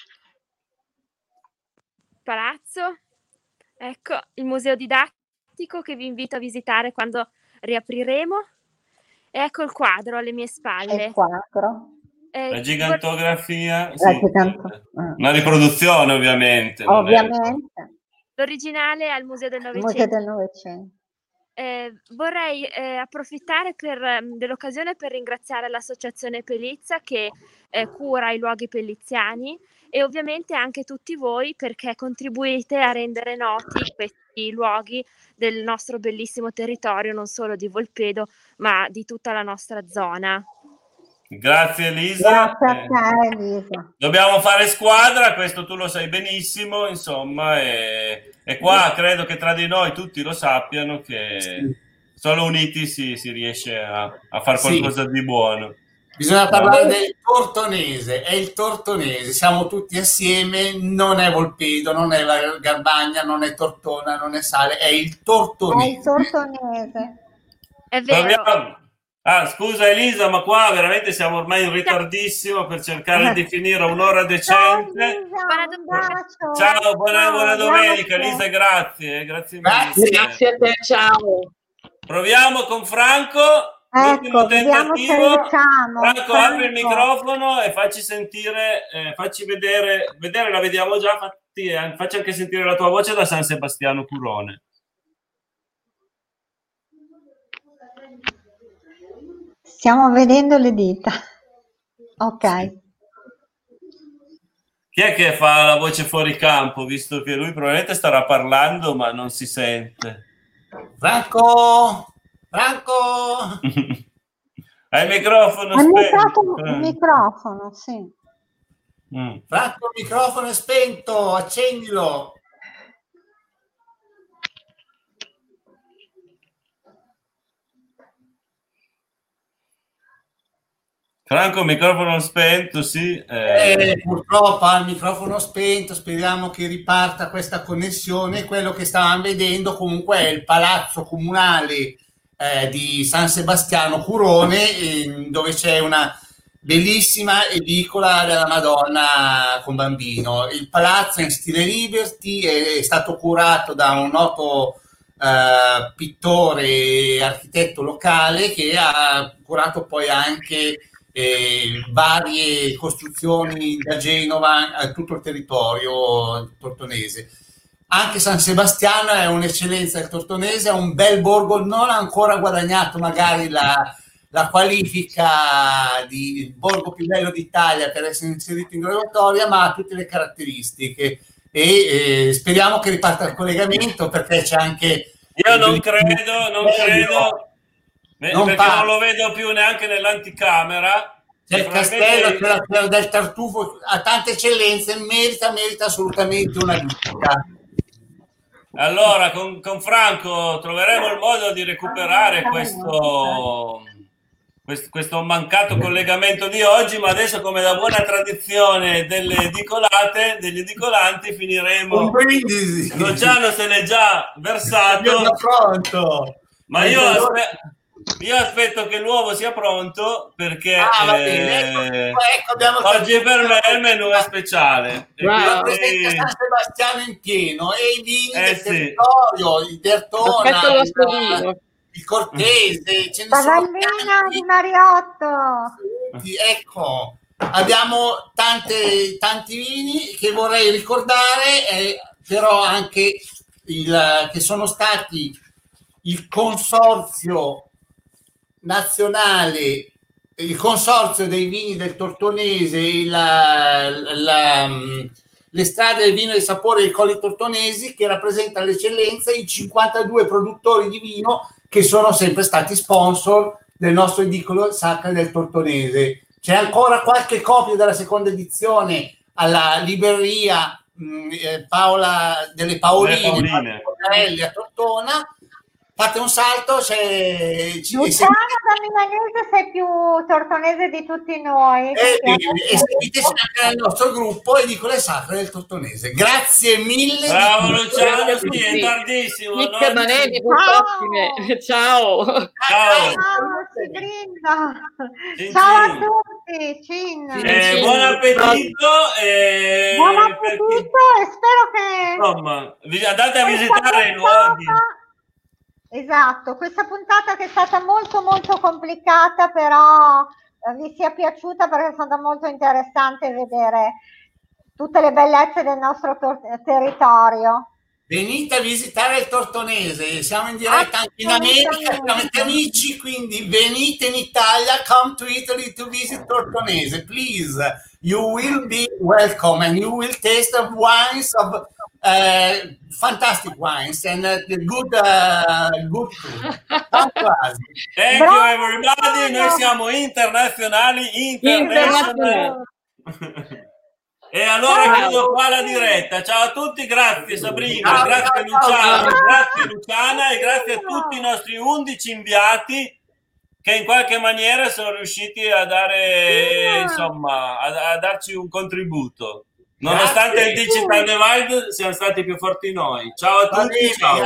S10: il palazzo, ecco il museo didattico che vi invito a visitare quando riapriremo. Ecco il quadro alle mie spalle.
S2: Il quadro.
S10: Eh,
S1: La gigantografia,
S2: La
S1: sì,
S2: giganto-
S1: una riproduzione ovviamente. non è-
S2: Ovviamente.
S10: L'originale al Museo del
S2: Il Museo
S10: Novecento.
S2: del Novecento.
S10: Eh, vorrei eh, approfittare per, ehm, dell'occasione per ringraziare l'Associazione Pelizza che eh, cura i luoghi pelliziani, e ovviamente anche tutti voi, perché contribuite a rendere noti questi luoghi del nostro bellissimo territorio, non solo di Volpedo, ma di tutta la nostra zona.
S1: Grazie Elisa.
S2: Grazie a
S1: Eh,
S2: te, Elisa.
S1: dobbiamo fare squadra, questo tu lo sai benissimo, insomma, e, e qua credo che tra di noi tutti lo sappiano che solo uniti si, si riesce a, a fare
S3: Sì.
S1: qualcosa di buono.
S3: Bisogna parlare del Tortonese, è il Tortonese, siamo tutti assieme, non è Volpedo, non è la Garbagna, non è Tortona, non è Sale, è il
S2: È il
S3: Tortonese.
S2: tortonese.
S10: È vero.
S1: Proviamo, Ah, scusa Elisa, ma qua veramente siamo ormai in ritardissimo per cercare di finire un'ora decente. Ciao, buona, buona domenica Elisa, grazie, grazie mille.
S4: Grazie a te, ciao.
S1: Proviamo con Franco, l'ultimo
S2: Ecco, vediamo se
S1: tentativo.
S2: riusciamo.
S1: Franco, apri il
S2: Franco.
S1: microfono e facci sentire, eh, facci vedere, vedere la vediamo già, fatti, eh, facci anche sentire la tua voce da San Sebastiano Curone.
S2: Stiamo vedendo le dita. Ok.
S1: Chi è che fa la voce fuori campo, visto che lui probabilmente starà parlando ma non si sente?
S3: Franco! Franco!
S1: Hai il microfono
S2: Hai
S1: spento.
S2: mutato il microfono, sì.
S1: Mm.
S3: Franco, il microfono è spento, accendilo.
S1: Franco, microfono spento, sì. Eh.
S3: Eh, purtroppo ha il microfono spento, speriamo che riparta questa connessione. Quello che stavamo vedendo comunque è il palazzo comunale eh, di San Sebastiano Curone, eh, dove c'è una bellissima edicola della Madonna con bambino. Il palazzo è in stile Liberty, è, è stato curato da un noto eh, pittore e architetto locale che ha curato poi anche Eh, varie costruzioni da Genova a tutto il territorio tortonese. Anche San Sebastiano è un'eccellenza del tortonese, è un bel borgo, non ha ancora guadagnato magari la, la qualifica di borgo più bello d'Italia per essere inserito in graduatoria, ma ha tutte le caratteristiche e eh, speriamo che riparta il collegamento, perché c'è anche
S1: io non credo, non credo
S3: Non
S1: perché
S3: parlo.
S1: non lo vedo più neanche nell'anticamera.
S3: C'è il castello, c'è la fiera del tartufo, ha tante eccellenze, merita, merita assolutamente una visita.
S1: Allora, con, con Franco troveremo il modo di recuperare questo, questo, questo mancato collegamento di oggi, ma adesso, come da buona tradizione delle edicolate, degli edicolanti, finiremo.
S3: Un brindisi.
S1: Luciano se l'è già versato.
S3: Io sono pronto.
S1: Ma io aspetto. Io aspetto che l'uovo sia pronto, perché
S3: Ah, va
S1: eh,
S3: bene. Ecco, ecco, abbiamo
S1: oggi per me il menù è speciale. E
S3: La
S1: quindi-
S3: presenza San Sebastiano in pieno e i vini
S1: Eh,
S3: del
S1: sì.
S3: territorio, il Dertona,
S4: Aspetto lo
S3: il,
S4: stodino.
S3: il Cortese, ce ne sono
S2: Cavallina di Mariotto.
S3: tanti. Ecco, abbiamo tante, tanti vini che vorrei ricordare, eh, però anche il, che sono stati il consorzio nazionale, il consorzio dei vini del Tortonese, la, la, le strade del vino e del sapore dei colli tortonesi, che rappresenta l'eccellenza, i cinquantadue produttori di vino che sono sempre stati sponsor del nostro edicolo Sacra del Tortonese. C'è ancora qualche copia della seconda edizione alla libreria mh, eh, Paola delle Paoline,
S1: Pauline.
S3: Paoline a Tortona. Fate un salto, c'è...
S2: Luciano da milanese sei più tortonese di tutti noi.
S3: E,
S2: perché
S3: e seguiteci anche nel nostro gruppo Edicole Sacre del Tortonese. Grazie mille.
S1: Bravo
S3: di-
S1: Luciano, sì, è tardissimo.
S4: Micche
S1: no?
S4: Manelli, buonissime. Ciao.
S1: Ciao.
S2: Ciao, si grinda.
S1: Cin
S2: Ciao a
S1: cin.
S2: tutti, cin.
S1: Eh, buon appetito. E
S2: Buon
S1: per
S2: appetito
S1: chi-
S2: e spero che
S1: Insomma, vi- andate a
S2: questa
S1: visitare i
S2: puntata-
S1: luoghi.
S2: Esatto, questa puntata che è stata molto molto complicata, però eh, vi sia piaciuta, perché è stata molto interessante vedere tutte le bellezze del nostro tor- territorio.
S3: Venite a visitare il Tortonese, siamo in diretta anche in America, siamo anche amici, quindi venite in Italia, come to Italy to visit Tortonese, please. You will be welcome and you will taste of wines of uh, fantastic wines and uh, the good uh, good food. Come to us.
S1: Thank you everybody, noi siamo internazionali, international. E allora
S2: Ciao.
S1: chiudo qua la diretta. Ciao a tutti, grazie Sabrina,
S3: Ciao,
S1: grazie
S3: ciao, ciao,
S1: Luciano,
S3: ciao.
S1: grazie Luciana e grazie a tutti i nostri undici inviati che in qualche maniera sono riusciti a dare, insomma, a, a darci un contributo. Nonostante
S3: Grazie.
S1: il Digital Divide siamo stati più forti noi. Ciao a
S3: Va
S1: tutti,
S3: bene,
S1: ciao.